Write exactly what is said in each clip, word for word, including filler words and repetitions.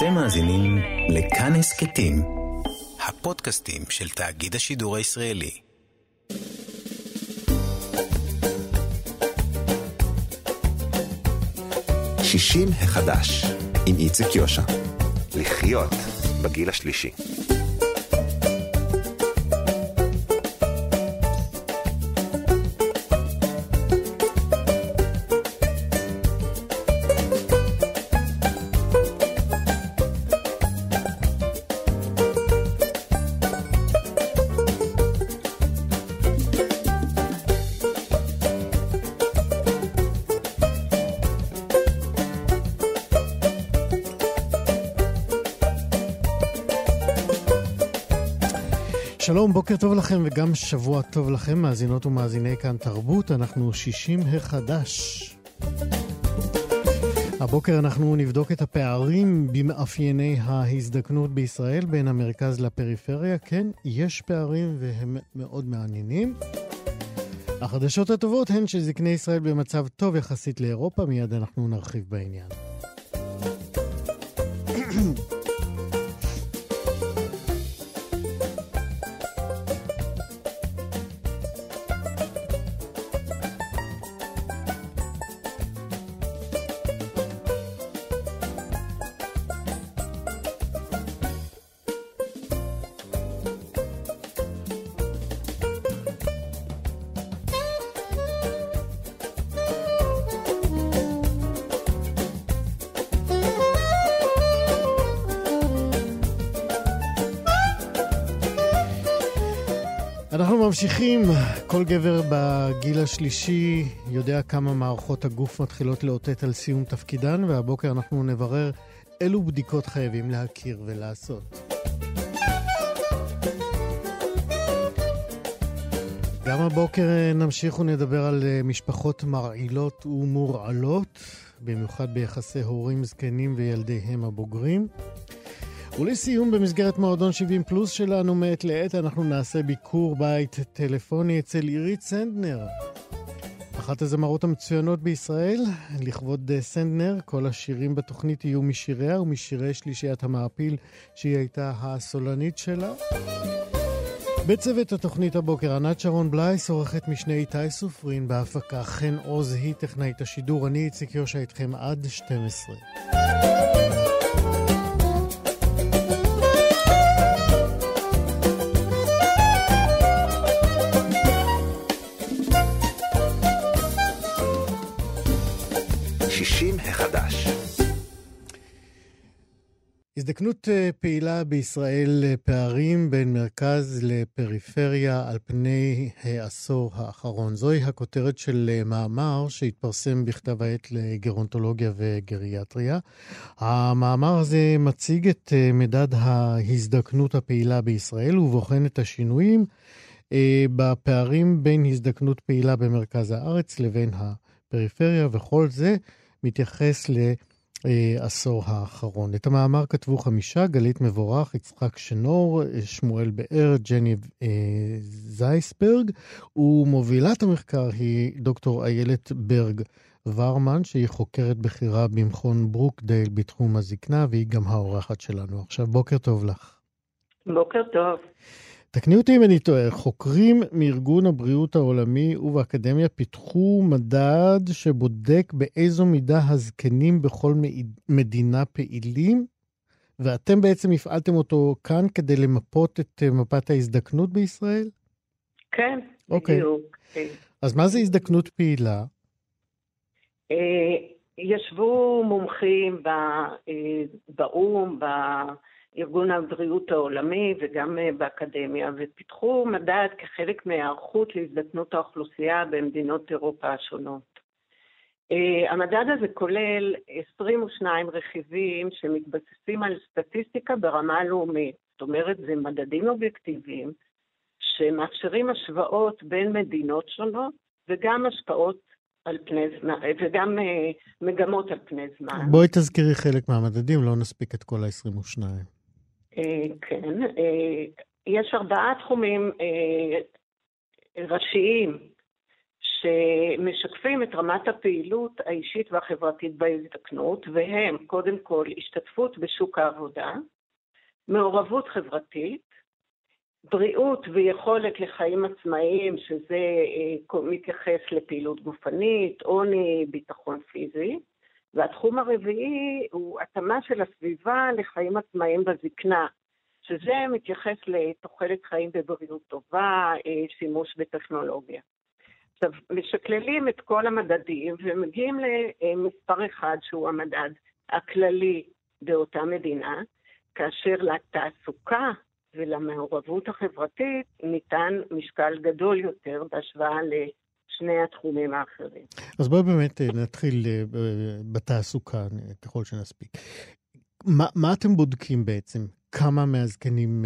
אתם מאזינים לכאן הסכתים, הפודקאסטים של תאגיד השידור הישראלי. שישים החדש, עם איציק יושע. לחיות בגיל השלישי. שלום, בוקר טוב לכם וגם שבוע טוב לכם, מאזינות ומאזיני כאן תרבות. אנחנו שישים החדש. הבוקר אנחנו נבדוק את הפערים במאפייני ההזדקנות בישראל בין המרכז לפריפריה. כן, יש פערים והם מאוד מעניינים. החדשות הטובות הן שזקני ישראל במצב טוב יחסית לאירופה, מיד אנחנו נרחיב בעניין. אנחנו ממשיכים. כל גבר בגיל השלישי יודע כמה מערכות הגוף מתחילות לאותת על סיום תפקידן, והבוקר אנחנו נברר אילו בדיקות חייבים להכיר ולעשות. גם הבוקר נמשיך ונדבר על משפחות מרעילות ומורעלות, במיוחד ביחסי הורים זקנים וילדיהם הבוגרים. ולסיום, במסגרת מועדון שבעים פלוס שלנו מעת לעת, אנחנו נעשה ביקור בית טלפוני אצל עירית סנדנר, אחת הזמרות המצוינות בישראל. לכבוד סנדנר, כל השירים בתוכנית יהיו משיריה ומשירי שלישיית המעפיל, שהיא הייתה הסולנית שלה. בצוות התוכנית הבוקר ענת שרון בלייס, עורכת משנה איתי סופרין, בהפקה חן עוז היא טכנאית השידור. אני איציק יושע איתכם עד שתים עשרה. שישים החדש. הזדקנות פעילה בישראל, פערים בין מרכז לפריפריה על פני העשור האחרון. זוהי הכותרת של מאמר שהתפרסם בכתב העת לגרונטולוגיה וגריאטריה. המאמר הזה מציג את מדד ההזדקנות הפעילה בישראל ובוחן את השינויים בפערים בין הזדקנות פעילה במרכז הארץ לבין הפריפריה, וכל זה מתייחס לעשור האחרון. את המאמר כתבו חמישה: גלית מבורך, יצחק שנור, שמואל באר, ג'ני זייסברג, ומובילת המחקר היא דוקטור איילת ברג ורמן, שהיא חוקרת בכירה במכון ברוקדייל בתחום הזקנה, והיא גם האורחת שלנו עכשיו. בוקר טוב לך. בוקר טוב. תקני אותי אם אני טועה, חוקרים מארגון הבריאות העולמי ובאקדמיה פיתחו מדד שבודק באיזו מידה הזקנים בכל מדינה פעילים, ואתם בעצם הפעלתם אותו כאן כדי למפות את מפת ההזדקנות בישראל? כן, אוקיי. בדיוק. אז מה זה הזדקנות פעילה? ישבו מומחים באום, ב... ארגון הבריאות העולמי וגם באקדמיה, ופיתחו מדד כחלק מהערכות להזדקנות האוכלוסייה במדינות אירופה השונות. המדד הזה כולל עשרים ושניים רכיבים שמתבססים על סטטיסטיקה ברמה לאומית. זאת אומרת, זה מדדים אובייקטיביים שמאפשרים השוואות בין מדינות שונות וגם השפעות על פני זמן, וגם מגמות על פני זמן. בואי תזכירי חלק מהמדדים, לא נספיק את כל ה-עשרים ושניים. כן, יש ארבעה תחומים ראשיים שמשקפים את רמת הפעילות האישית והחברתית בהזדקנות, והם קודם כל השתתפות בשוק העבודה, מעורבות חברתית, בריאות ויכולת לחיים עצמאיים, שזה מתייחס לפעילות גופנית, עוני, ביטחון פיזי, והתחום הרביעי הוא התאמה של הסביבה לחיים עצמאיים בזקנה, שזה מתייחס לתוחלת חיים בבריאות טובה, שימוש בטכנולוגיה. עכשיו, משקללים את כל המדדים ומגיעים למספר אחד שהוא המדד הכללי באותה מדינה, כאשר לתעסוקה ולמעורבות החברתית ניתן משקל גדול יותר בהשוואה לשני התחומים האחרים. אז בואו באמת נתחיל בתעסוקה ככל שנספיק. מה, מה אתם בודקים בעצם? כמה מהזקנים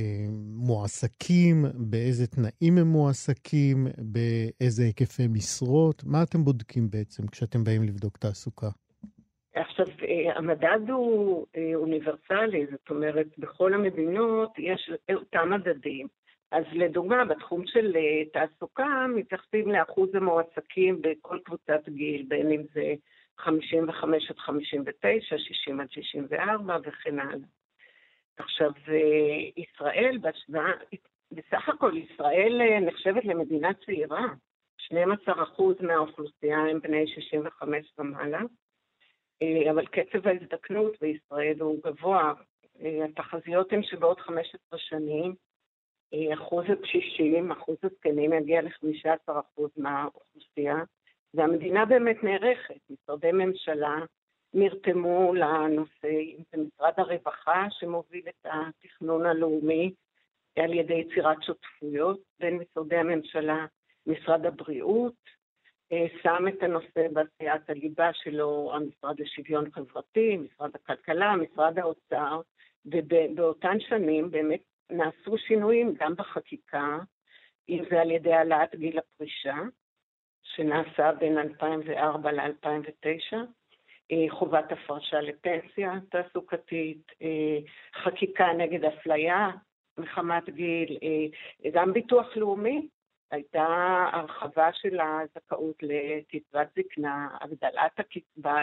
מועסקים, באיזה תנאים הם מועסקים, באיזה היקפי משרות? מה אתם בודקים בעצם כשאתם באים לבדוק תעסוקה? עכשיו, המדד הוא אוניברסלי, זאת אומרת, בכל המדינות יש אותם מדדים. אז לדוגמה, בתחום של תעסוקה, מתייחסים לאחוז המועסקים בכל קבוצת גיל, בין אם זה חמישים וחמש עד חמישים ותשע, שישים עד שישים וארבע וכן הלאה. עכשיו, ישראל, בשוואה, בסך הכל ישראל נחשבת למדינה צעירה, שנים עשר אחוז מהאוכלוסייה הם בני שישים וחמש ומעלה, אבל קצב ההזדקנות בישראל הוא גבוה. התחזיות הן שבעוד חמש עשרה שנים, אחוז הקשישים, אחוז הזקנים יגיע ל-חמישה עשר אחוז מהאוכלוסייה, והמדינה באמת נערכת. משרדי ממשלה נרתמו לנושא, אם זה משרד הרווחה שמוביל את התכנון הלאומי על ידי יצירת שותפויות בין משרדי הממשלה, משרד הבריאות, שם את הנושא בעשיית הליבה שלו, המשרד לשוויון חברתי, משרד הכלכלה, משרד האוצר, ובאותן שנים באמת נעשו שינויים גם בחקיקה, אם זה על ידי העלאת גיל הפרישה, שנעשה בין אלפיים וארבע ל-אלפיים ותשע, חובת הפרשה לפנסיה תעסוקתית, חקיקה נגד אפליה מחמת גיל, גם ביטוח לאומי, הייתה הרחבה של הזכאות לקצבת זקנה, הגדלת הקצבה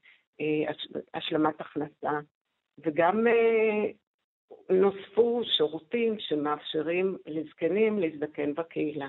להשלמת הכנסה, וגם נוספו שירותים שמאפשרים לזקנים להזדקן בקהילה.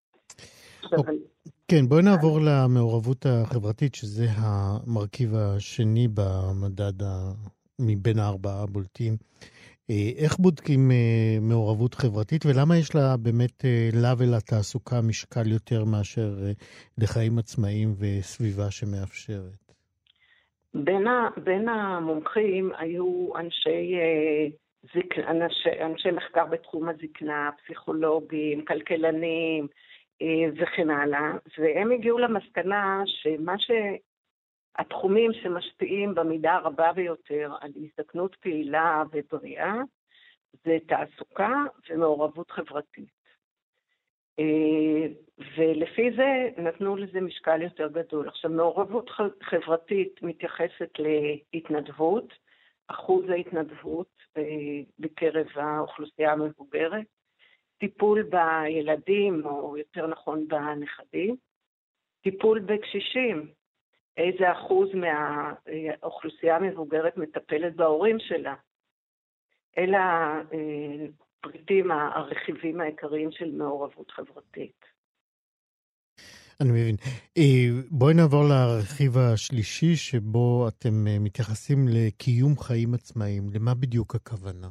כן, בואי נעבור למעורבות החברתית, שזה המרכיב השני במדד מבין הארבעה הבולטים. איך בודקים מעורבות חברתית, ולמה יש לה באמת לה ולתעסוקה משקל יותר מאשר לחיים עצמאיים וסביבה שמאפשרת? בין, ה, בין המומחים היו אנשי, זק, אנשי, אנשי מחקר בתחום הזקנה, פסיכולוגים, כלכלנים וכן הלאה, והם הגיעו למסקנה שמה ש... התחומים שמשפיעים במידה הרבה ביותר על הזדקנות פעילה ובריאה, זה תעסוקה ומעורבות חברתית. ולפי זה נתנו לזה משקל יותר גדול. עכשיו, מעורבות חברתית מתייחסת להתנדבות, אחוז ההתנדבות בקרב האוכלוסייה המבוגרת, טיפול בילדים, או יותר נכון בנכדים, טיפול בקשישים, איזה אחוז מהאוכלוסייה המבוגרת מטפלת בהורים שלה. אלה הפריטים, הרכיבים העיקריים של מעורבות חברתית. אני מבין. בואי נעבור לרכיב השלישי, שבו אתם מתייחסים לקיום חיים עצמאיים. למה בדיוק הכוונה?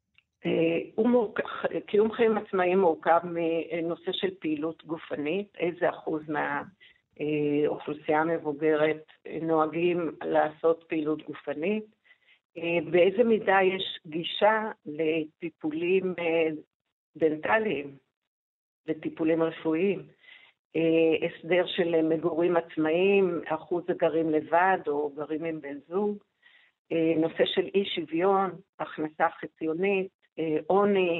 קיום חיים עצמאיים מורכב מנושא של פעילות גופנית, איזה אחוז מה... אוכלוסייה מבוגרת נוהגים לעשות פעילות גופנית, באיזה מידה יש גישה לטיפולים דנטליים, לטיפולים רפואיים, הסדר של מגורים עצמאיים, אחוז הגרים לבד או גרים עם בן זוג, נושא של אי שוויון, הכנסה חציונית, עוני,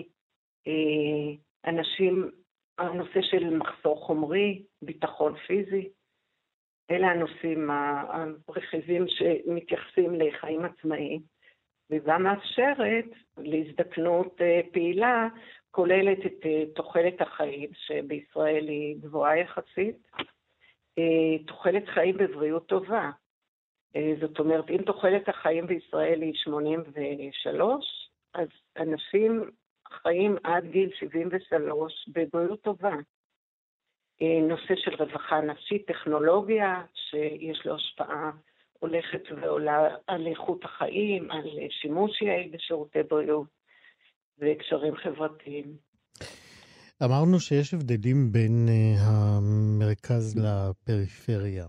אנשים, הנושא של מחסור חומרי, ביטחון פיזי, אלה הנושאים הרכיבים שמתייחסים לחיים עצמאיים, וגם מאפשרת להזדקנות פעילה, כוללת את תוחלת החיים שבישראל היא גבוהה יחסית, תוחלת חיים בבריאות טובה. זאת אומרת, אם תוחלת החיים בישראל היא שמונים ושלוש, אז אנשים חיים עד גיל שבעים ושלוש בבריאות טובה. נושא של רווחה נפשית, טכנולוגיה, שיש לו השפעה הולכת ועולה על איכות החיים, על שימוש יעיל בשירותי בריאות והקשרים חברתיים. אמרנו שיש הבדלים בין המרכז לפריפריה.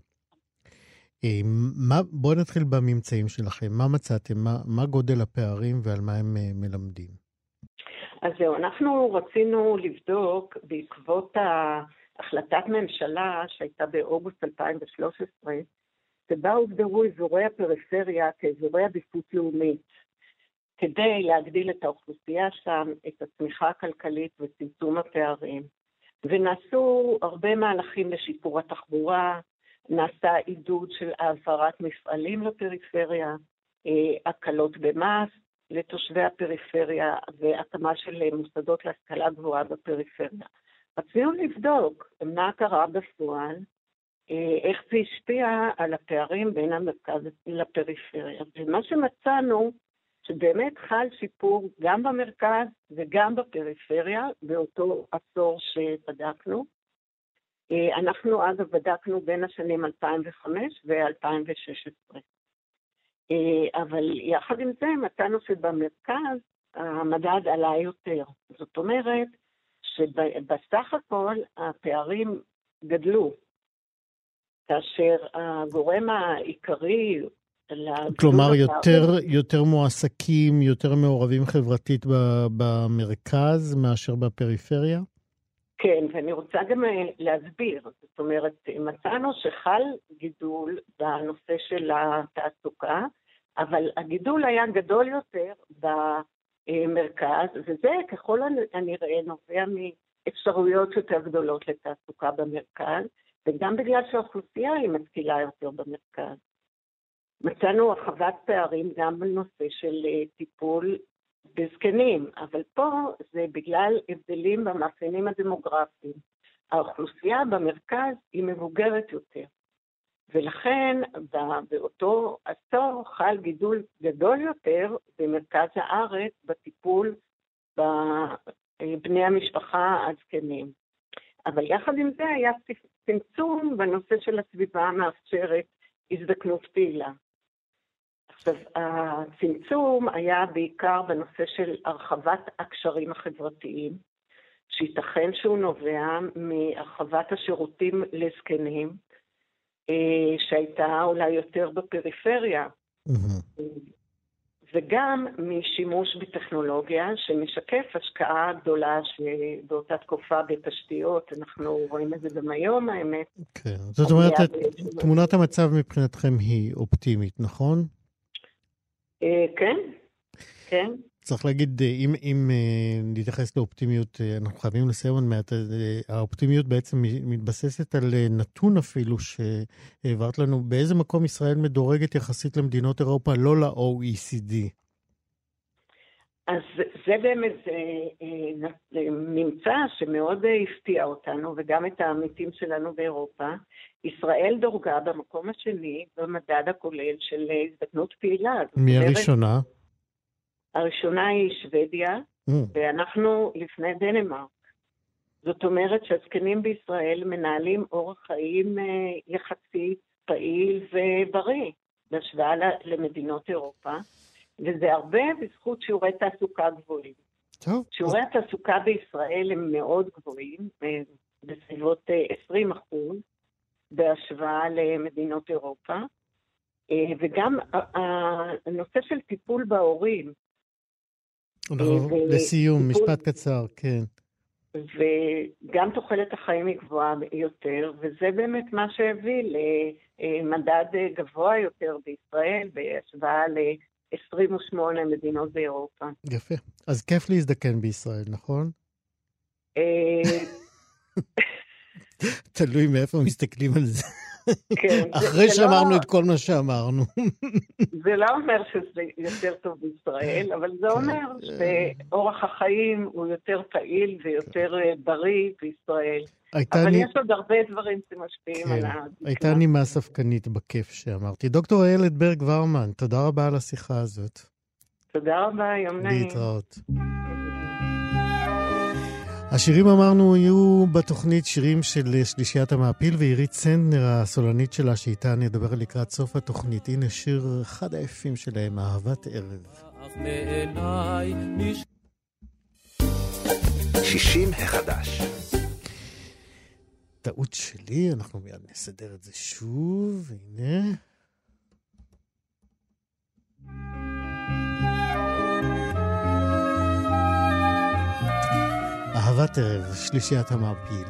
מה, בואו נתחיל בממצאים שלכם. מה מצאתם? מה, מה גודל הפערים ועל מה הם מלמדים? אז זהו, אנחנו רצינו לבדוק בעקבות החלטת ממשלה שהייתה באוגוסט אלפיים ושלוש עשרה, שבה הוגדרו אזורי הפריפריה כאזורי עדיפות לאומית, כדי להגדיל את האוכלוסייה שם, את הצמיחה הכלכלית וצמצום הפערים. ונעשו הרבה מהלכים לשיפור התחבורה, נעשה עידוד של העברת מפעלים לפריפריה, הקלות במס לתושבי הפריפריה והקמה של מוסדות להשכלה גבוהה בפריפריה. רצינו לבדוק מה קרה בפועל, איך זה השפיע על הפערים בין המרכז לפריפריה. ומה שמצאנו, שבאמת חל שיפור גם במרכז וגם בפריפריה, באותו עשור שבדקנו. אנחנו אגב בדקנו בין השנים אלפיים וחמש ו-אלפיים ושש עשרה. אבל יחד עם זה מצאנו שבמרכז המדד עלה יותר. זאת אומרת שבסך הכל הפערים גדלו, כאשר הגורם העיקרי... כלומר, יותר, יותר מועסקים, יותר מעורבים חברתית במרכז מאשר בפריפריה? כן, ואני רוצה גם להסביר. זאת אומרת, מצאנו שחל גידול בנושא של התעסוקה, אבל הגידול היה גדול יותר במרכז, וזה ככל הנראה נובע מאפשרויות יותר גדולות לתעסוקה במרכז, וגם בגלל שהאוכלוסייה היא משכילה יותר במרכז. מצאנו הרחבת פערים גם בנושא של טיפול בזקנים, אבל פה זה בגלל הבדלים במאפיינים הדמוגרפיים. האוכלוסייה במרכז היא מבוגרת יותר, ולכן באותו עשור חל גידול גדול יותר במרכז הארץ בטיפול בבני המשפחה הזקנים. אבל יחד עם זה היה צמצום בנושא של הסביבה המאפשרת הזדקנות פעילה. עכשיו, הצמצום היה בעיקר בנושא של הרחבת הקשרים החברתיים, שייתכן שהוא נובע מהרחבת השירותים לזקנים, שהייתה אולי יותר בפריפריה, mm-hmm. וגם משימוש בטכנולוגיה שמשקף השקעה גדולה שבאותה תקופה בתשתיות, אנחנו רואים את זה גם היום, האמת. כן, זאת אומרת, תמונת המצב מבחינתכם היא אופטימית, נכון? כן, כן. צריך להגיד, אם, אם נתייחס לאופטימיות, אנחנו חייבים לסיים עוד מעט, האופטימיות בעצם מתבססת על נתון אפילו שהעברת לנו, באיזה מקום ישראל מדורגת יחסית למדינות אירופה, לא ל-או אי סי די. אז זה באמת זה ממצא שמאוד הפתיע אותנו, וגם את העמיתים שלנו באירופה. ישראל דורגה במקום השני במדד הכולל של הזדקנות פעילה. מי הראשונה? הראשונה היא שוודיה, mm. ואנחנו לפני דנמרק. זאת אומרת שהזקנים בישראל מנהלים אורח חיים יחסית פעיל ובריא, בהשוואה למדינות אירופה, וזה הרבה בזכות שיעורי תעסוקה גבוהים. טוב. שיעורי התעסוקה בישראל הם מאוד גבוהים, בסביבות עשרים אחוז, בהשוואה למדינות אירופה, וגם הנושא של טיפול בהורים, לסיום, משפט קצר, כן. וגם תוחלת החיים היא גבוהה יותר, וזה באמת מה שהביא למדד גבוה יותר בישראל, בהשוואה ל-עשרים ושמונה מדינות באירופה. יפה. אז כיף להזדקן בישראל, נכון? אה... תלוי מאיפה מסתכלים על זה. אחרי שאמרנו את כל מה שאמרנו. זה לא אומר שזה יותר טוב בישראל, אבל זה אומר שאורח החיים הוא יותר פעיל ויותר בריא בישראל. אבל יש עוד הרבה דברים שמשפיעים על הזקנה. הייתה נימה ספקנית בכיף שאמרתי. דוקטור איילת ברג ורמן, תודה רבה על השיחה הזאת. תודה רבה, יום נעים. להתראות. השירים אמרנו יהיו בתוכנית שירים של שלישיית המעפיל, ועירית סנדנר, הסולנית שלה, שאיתה נדבר לקראת סוף התוכנית. הנה שיר אחד היפים שלהם, אהבת ערב. שישים החדש. טעות שלי, אנחנו מיד נסדר את זה שוב, הנה. אהבת ערב, שלישיית המעפיל.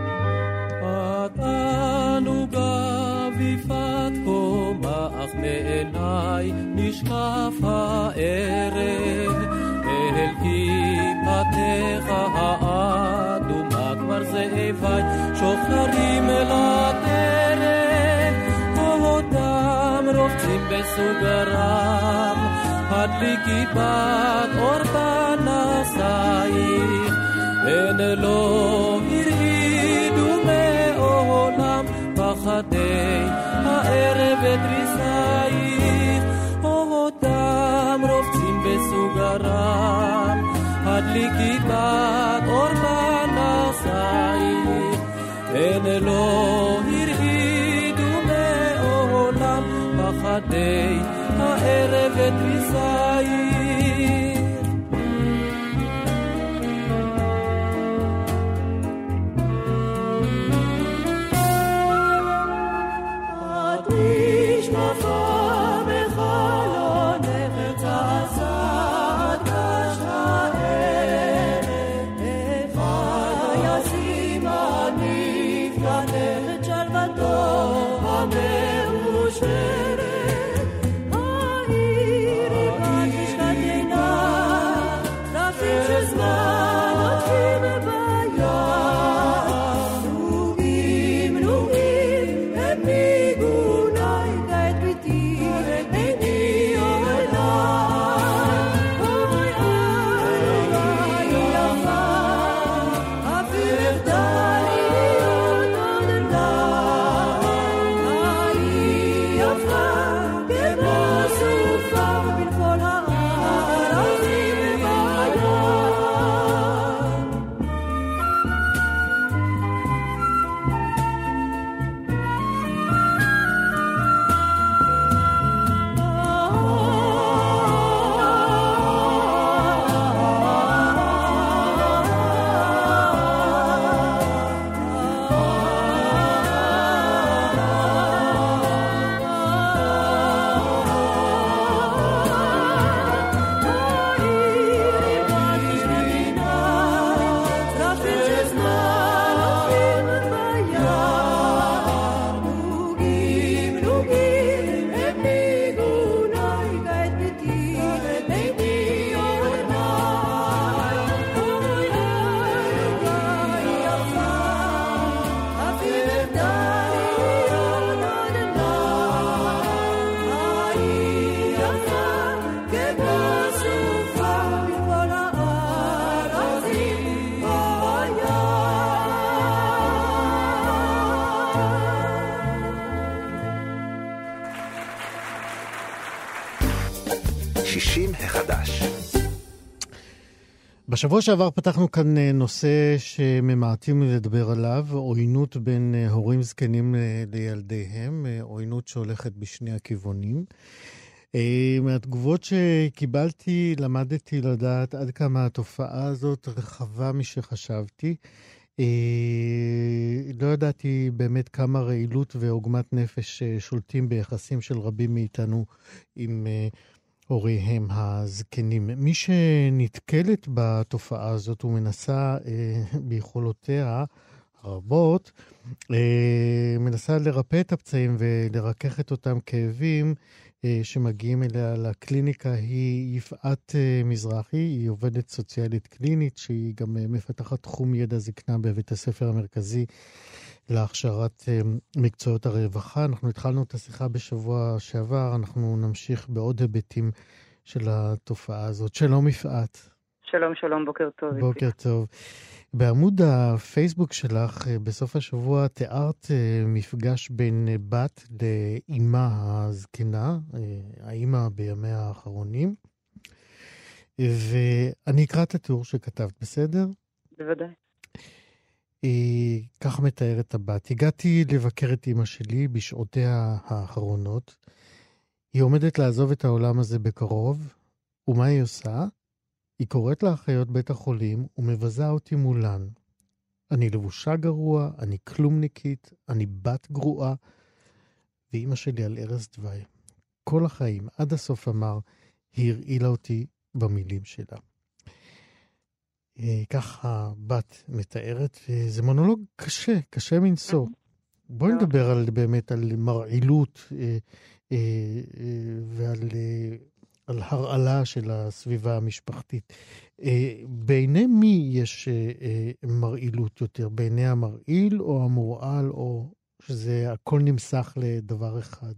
אנו גביפת קומה, אך מעיניי נשקף הערב, אל כיפתך האדומה כבר זאבי שוחרים אל הדרך, אותם רובצים בסוגרם, הדליקי בת אור פנסייך, הן לא הרעידו מעולם פחדי הערב ודריסייך, אותם רובצים בסוגרם, הדליקי בת אור פנסייך, הן לא הרעידו מעולם פחדי הערב ודריסייך. שישים החדש. בשבוע שעבר פתחנו כאן נושא שממעטים לדבר עליו, עוינות בין הורים זקנים לילדיהם, עוינות שהולכת בשני הכיוונים. מהתגובות שקיבלתי למדתי לדעת עד כמה התופעה הזאת רחבה משחשבתי. לא ידעתי באמת כמה רעילות ועוגמת נפש שולטים ביחסים של רבים מאיתנו עם הוריהם הזקנים. מי שנתקלת בתופעה הזאת ומנסה ביכולותיה רבות, מנסה לרפא את הפצעים ולרכך את אותם כאבים שמגיעים אליה לקליניקה, היא יפעת מזרחי, היא עובדת סוציאלית קלינית, שהיא גם מפתחת תחום ידע זקנה בבית הספר המרכזי להכשרת מקצועות הרווחה. אנחנו התחלנו את השיחה בשבוע שעבר, אנחנו נמשיך בעוד היבטים של התופעה הזאת. שלום יפעת. שלום, שלום, בוקר טוב. בוקר טוב. בעמוד הפייסבוק שלך בסוף השבוע תיארת מפגש בין בת לאימה הזקנה, האימא בימיה האחרונים, ואני אקרא את התיאור שכתבת, בסדר? בוודאי. כך מתארת הבת. הגעתי לבקר את אמא שלי בשעותיה האחרונות. היא עומדת לעזוב את העולם הזה בקרוב, ומה היא עושה? היא קוראת לאחיות בית החולים ומבזה אותי מולן. אני לבושה גרוע, אני כלומניקית, אני בת גרועה, ואמא שלי על ערש דווי. כל החיים, עד הסוף אמר, היא הרעילה אותי במילים שלה. ככה בת מתארת, זה מונולוג קשה, קשה מנשוא. בואי נדבר על, באמת על מרעילות ועל על הרעלה של הסביבה המשפחתית. בעיני מי יש מרעילות יותר? בעיני המרעיל או המורעל, או שזה הכל נמסך לדבר אחד?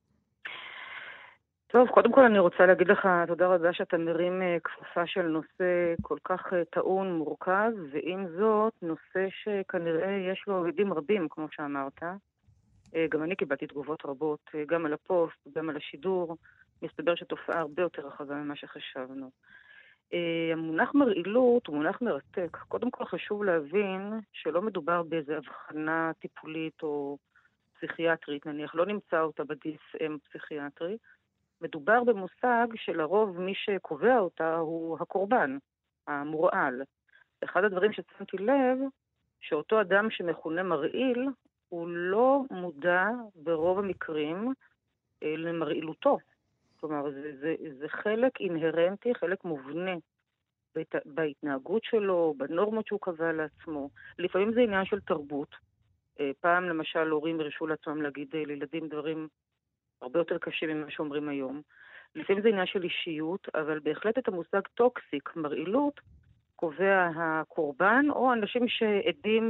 טוב, קודם כל אני רוצה להגיד לך תודה רבה שאתה מרים כפופה של נושא כל כך טעון, מורכב, ועם זאת נושא שכנראה יש לו עדים רבים, כמו שאמרת. גם אני קיבלתי תגובות רבות, גם על הפוסט, גם על השידור. מסתבר שתופעה הרבה יותר רחבה ממה שחשבנו. המונח מרעילות הוא מונח מרתק. קודם כל חשוב להבין שלא מדובר באיזו הבחנה טיפולית או פסיכיאטרית, נניח, לא נמצא אותה ב-די אס אם פסיכיאטרי. מדובר במושג שלרוב מי שקובע אותה הוא הקורבן, המורעל. אחד הדברים ששמתי לב, שאותו אדם שמכונה מרעיל, הוא לא מודע ברוב המקרים למרעילותו. כלומר, זה, זה, זה חלק אינהרנטי, חלק מובנה בת, בהתנהגות שלו, בנורמות שהוא קבע לעצמו. לפעמים זה עניין של תרבות. פעם למשל הורים הרשו לעצמם להגיד לילדים דברים הרבה יותר קשים ממה שאומרים היום. לפעמים זה עניין של אישיות, אבל בהחלט את המושג טוקסיק, מרעילות, קובע הקורבן או אנשים שעדים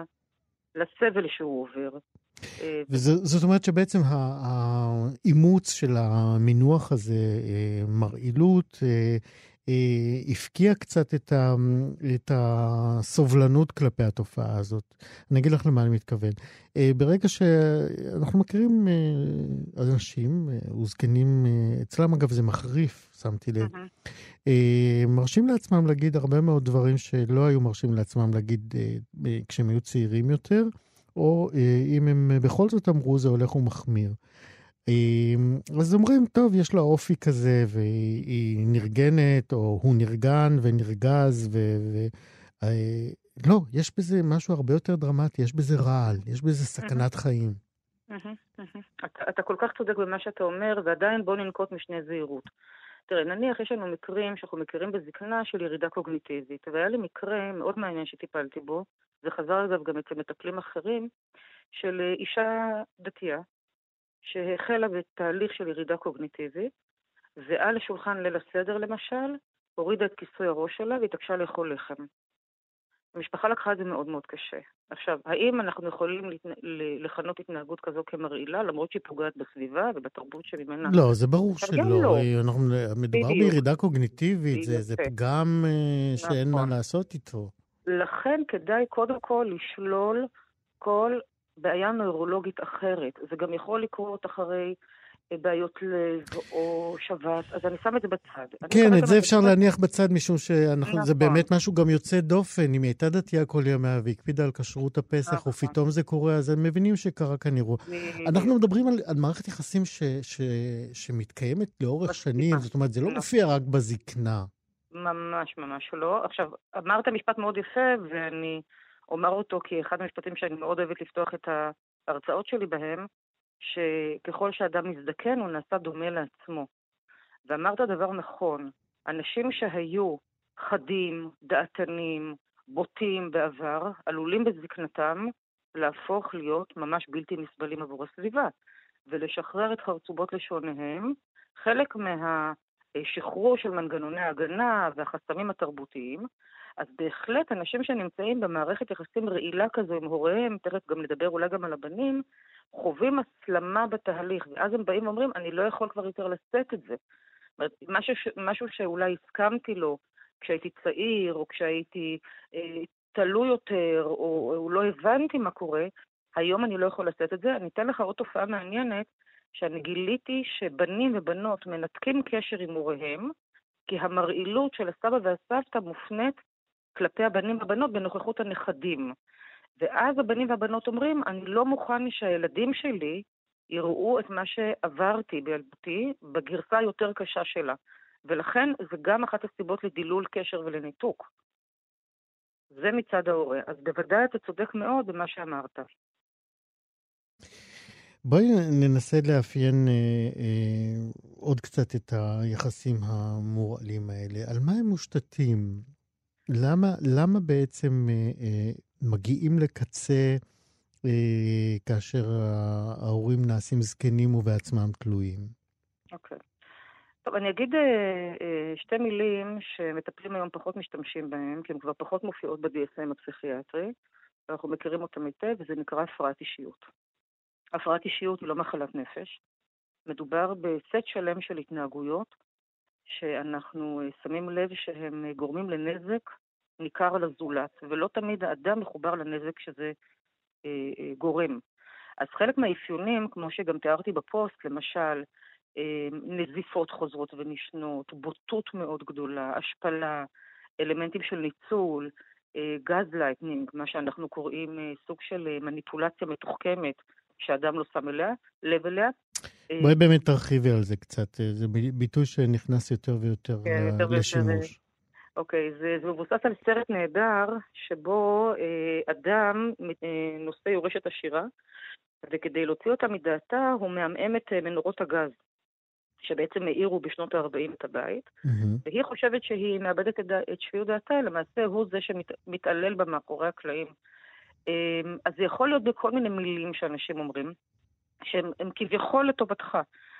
לסבל שהוא עובר. וזאת אומרת שבעצם האימוץ של המינוח הזה, מרעילות, הפקיע קצת את, ה, את הסובלנות כלפי התופעה הזאת. אני אגיד לך למה אני מתכוון. ברגע שאנחנו מכירים אנשים, וזקנים, אצלם אגב זה מחריף, שמתי לב, uh-huh. מרשים לעצמם להגיד הרבה מאוד דברים שלא היו מרשים לעצמם להגיד כשהם היו צעירים יותר, או אם הם בכל זאת אמרו, זה הולך ומחמיר. אז אומרים, טוב, יש לה אופי כזה, והיא נרגנת, או הוא נרגן ונרגז, ו... ו... לא, יש בזה משהו הרבה יותר דרמטי, יש בזה רעל, יש בזה סכנת חיים. אתה, אתה כל כך צודק במה שאתה אומר, ועדיין בוא ננקוט משנה זהירות. תראה, נניח יש לנו מקרים שאנחנו מכירים בזקנה של ירידה קוגניטיבית, והיה לי מקרה מאוד מעניין שטיפלתי בו, זה חזר אגב גם אצל מטפלים אחרים, של אישה דתייה, שהחלה בתהליך של ירידה קוגניטיבית, ועל השולחן ליל הסדר למשל, הורידה את כיסוי הראש שלה והתעקשה לאכול לחם. המשפחה לקחה את זה מאוד מאוד קשה. עכשיו, האם אנחנו יכולים לכנות התנהגות כזו כמרעילה, למרות שהיא פוגעת בסביבה ובתרבות שממנה? לא, זה ברור שלא. לא. אנחנו מדובר בדיוק. בירידה קוגניטיבית, זה, זה פגם נכון. שאין מה לעשות איתו. לכן כדאי קודם כל לשלול כל בעיה נוירולוגית אחרת. זה גם יכול לקרות אחרי בעיות לב או שבת, אז אני שם את זה בצד. כן, את זה אפשר להניח בצד, משום שזה באמת משהו גם יוצא דופן. אם היא הייתה דתייה כל ימיה והקפידה על כשרות הפסח, ופתאום זה קורה, אז הם מבינים שקרה כאן אירוע. אנחנו מדברים על מערכת יחסים שמתקיימת לאורך שנים, זאת אומרת, זה לא מופיע רק בזקנה. ממש ממש לא. עכשיו, אמרת משפט מאוד יפה, ואני אומר אותו כי אחד המשפטים שאני מאוד אוהבת לפתוח את ההרצאות שלי בהם, שככל שאדם מזדקן הוא נעשה דומה לעצמו. ואמרת דבר נכון, אנשים שהיו חדים, דעתנים, בוטים בעבר, עלולים בזקנתם להפוך להיות ממש בלתי נסבלים עבור הסביבה, ולשחרר את חרצובות לשונהם. חלק מה... שחרור של מנגנוני ההגנה והחסמים התרבותיים, אז בהחלט אנשים שנמצאים במערכת יחסים רעילה כזו עם הוריהם, תכף גם נדבר אולי גם על הבנים, חווים הסלמה בתהליך, ואז הם באים ואומרים, אני לא יכול כבר יותר לשאת את זה. משהו, משהו שאולי הסכמתי לו כשהייתי צעיר, או כשהייתי אה, תלוי יותר, או, או לא הבנתי מה קורה, היום אני לא יכול לשאת את זה. אני אתן לך עוד תופעה מעניינת, שאני גיליתי שבנים ובנות מנתקים קשר עם הוריהם, כי המרעילות של הסבא והסבתא מופנית כלפי הבנים והבנות בנוכחות הנכדים. ואז הבנים והבנות אומרים, אני לא מוכן שהילדים שלי יראו את מה שעברתי בילדותי בגרסה היותר קשה שלה. ולכן זה גם אחת הסיבות לדילול קשר ולניתוק. זה מצד ההורה. אז בוודאי אתה צודק מאוד במה שאמרת. בואי ננסה לאפיין אה, אה, עוד קצת את היחסים המורעלים האלה. על מה הם מושתתים? למה, למה בעצם אה, אה, מגיעים לקצה אה, כאשר ההורים נעשים זקנים ובעצמם תלויים? אוקיי. טוב, אני אגיד אה, אה, שתי מילים שמטפלים היום פחות משתמשים בהם, כי הן כבר פחות מופיעות ב-די אס אם הפסיכיאטרי, ואנחנו מכירים אותם היטב, וזה נקרא הפרעת אישיות. הפרעת אישיות היא לא מחלת נפש. מדובר בסט שלם של התנהגויות שאנחנו שמים לב שהם גורמים לנזק ניכר לזולת, ולא תמיד האדם מחובר לנזק שזה אה, אה, גורם. אז חלק מהאפיונים, כמו שגם תיארתי בפוסט, למשל, אה, נזיפות חוזרות ונשנות, בוטות מאוד גדולה, השפלה, אלמנטים של ניצול, אה, גז לייטנינג, מה שאנחנו קוראים אה, סוג של אה, מניפולציה מתוחכמת, שאדם לא שם אליה, לב אליה. בואי באמת תרחיבי על זה קצת, זה ביטוי שנכנס יותר ויותר כן, יותר לשימוש. ויותר. אוקיי, זה, זה מבוסס על סרט נהדר, שבו אה, אדם אה, נושא יורשת עשירה, וכדי להוציא אותה מדעתה, הוא מעמעם את אה, מנורות הגז, שבעצם מאירו בשנות ה-ארבעים את הבית, mm-hmm. והיא חושבת שהיא מאבדת את, דע, את שפיות דעתה, למעשה הוא זה שמתעלל בה מאחורי הקלעים. אה, אז זה יכול להיות בכל מיני מילים שאנשים אומרים, שהם הם כביכול לטובתך.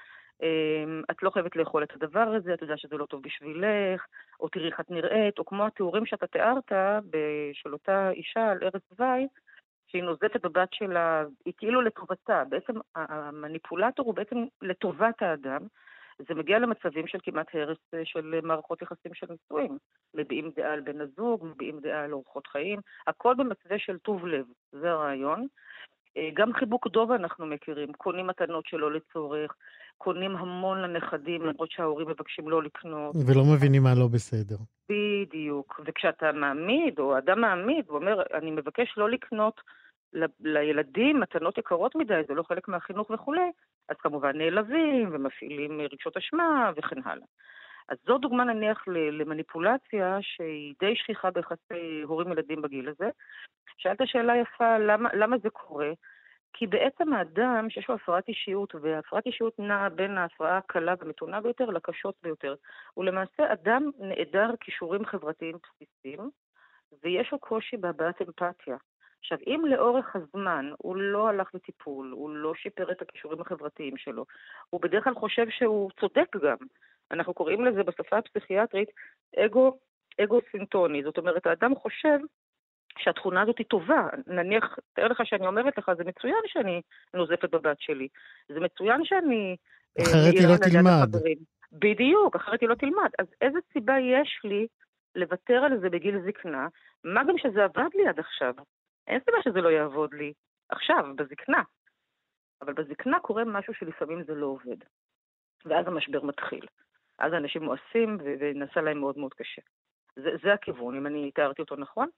את לא חייבת לאכול את הדבר הזה, אתה יודע שזה לא טוב בשבילך, או תראי איך את נראית, או כמו התיאורים שאתה תיארת של אותה אישה על ערש דווי, שהיא נוזפת בבת שלה, היא כאילו לטובתה. בעצם המניפולטור הוא בעצם לטובת האדם. זה מגיע למצבים של כמעט הרס של מערכות יחסים של נישואים. מביעים דעה על בן הזוג, מביעים דעה על אורחות חיים, הכל במצווה של טוב לב, זה הרעיון. גם חיבוק דובה אנחנו מכירים, קונים מתנות שלא לצורך, קונים המון לנכדים, למרות שההורים מבקשים לא לקנות. ולא מבינים מה לא בסדר. בדיוק, וכשאתה מעמיד, או אדם מעמיד, הוא אומר, אני מבקש לא לקנות ל- לילדים מתנות יקרות מדי, זה לא חלק מהחינוך וכו', אז כמובן נעלבים ומפעילים רגשות אשמה וכן הלאה. אז זו דוגמה נניח למניפולציה שהיא די שכיחה ביחסי הורים ילדים בגיל הזה. שאלת שאלה יפה, למה, למה זה קורה? כי בעצם האדם שיש לו הפרעת אישיות, והפרעת אישיות נעה בין ההפרעה הקלה ומתונה ביותר לקשות ביותר. ולמעשה אדם נעדר כישורים חברתיים בסיסיים, ויש לו קושי בהבעת אמפתיה. עכשיו, אם לאורך הזמן הוא לא הלך לטיפול, הוא לא שיפר את הכישורים החברתיים שלו, הוא בדרך כלל חושב שהוא צודק גם. אנחנו קוראים לזה בשפה הפסיכיאטרית אגו, אגו סינטוני. זאת אומרת, האדם חושב שהתכונה הזאת היא טובה. נניח, תאר לך שאני אומרת לך, זה מצוין שאני נוזפת בבת שלי. זה מצוין שאני... אחרת היא לא תלמד. בדיוק, אחרת היא לא תלמד. אז איזה סיבה יש לי לוותר על זה בגיל זקנה? מה גם שזה עבד לי עד עכשיו? אין סיבה שזה לא יעבוד לי עכשיו, בזקנה. אבל בזקנה קורה משהו שלפעמים זה לא עובד. ואז המשבר מתחיל. אז אנשים מואסים ונעשה להם מאוד מאוד קשה. זה, זה הכיוון, אם אני תיארתי אותו נכון.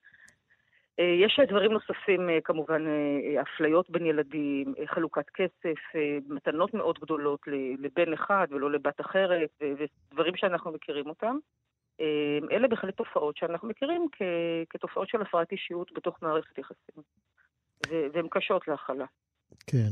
יש דברים נוספים, כמובן, אפליות בין ילדים, חלוקת כסף, מתנות מאוד גדולות לבן אחד ולא לבת אחרת, ודברים שאנחנו מכירים אותם. אלה בהחלט תופעות שאנחנו מכירים כתופעות של הפרעת אישיות בתוך מערכת יחסים. והן קשות להכלה. כן.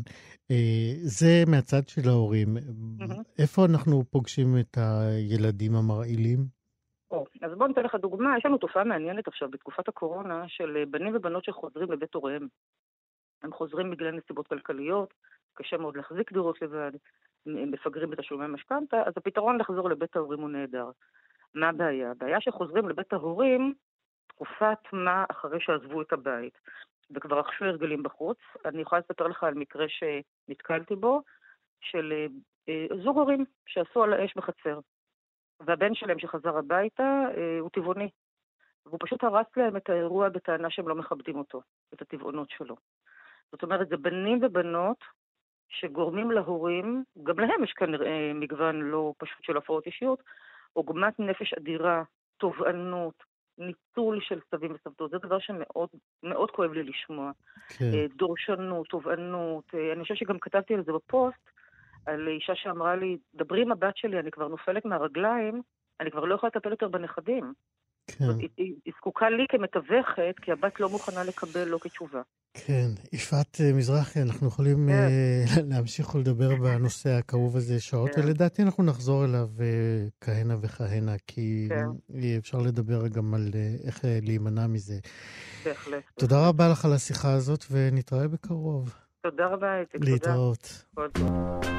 זה מהצד של ההורים. איפה אנחנו פוגשים את הילדים המרעילים? אז בואו ניתן לך דוגמה. יש לנו תופעה מעניינת עכשיו בתקופת הקורונה של בנים ובנות שחוזרים לבית הוריהם. הם חוזרים בגלל נסיבות כלכליות, קשה מאוד להחזיק דירות לבד, מפגרים בתשלומי משכנתה, אז הפתרון לחזור לבית ההורים הוא נהדר. מה הבעיה? הבעיה שחוזרים לבית ההורים תקופת מה אחרי שעזבו את הבית, וכבר רכשו הרגלים בחוץ. אני יכולה לספר לך על מקרה שנתקלתי בו, של אה, זוג הורים שעשו על האש בחצר, והבן שלהם שחזר הביתה אה, הוא טבעוני, והוא פשוט הרס להם את האירוע בטענה שהם לא מכבדים אותו, את הטבעונות שלו. זאת אומרת, זה בנים ובנות שגורמים להורים, גם להם יש כנראה מגוון לא פשוט של הפרעות אישיות, עוגמת נפש אדירה, תובענות, ניצול של סבים וסבתות, זה דבר שמאוד מאוד כואב לי לשמוע. כן. דורשנות, תובענות, אני חושב שגם כתבתי על זה בפוסט, על אישה שאמרה לי, דברי עם הבת שלי, אני כבר נופלת מהרגליים, אני כבר לא יכולה לטפל יותר בנכדים. כן. היא, היא, היא זקוקה לי כמתווכת, כי הבת לא מוכנה לקבל לא כתשובה. כן, יפעת מזרחי, אנחנו יכולים כן. להמשיך ולדבר בנושא הכאוב הזה שעות, כן. ולדעתי אנחנו נחזור אליו כהנה וכהנה, כי כן. אפשר לדבר גם על איך להימנע מזה. בהחלט. תודה רבה לך על השיחה הזאת, ונתראה בקרוב. תודה רבה, איציק. להתראות. תודה.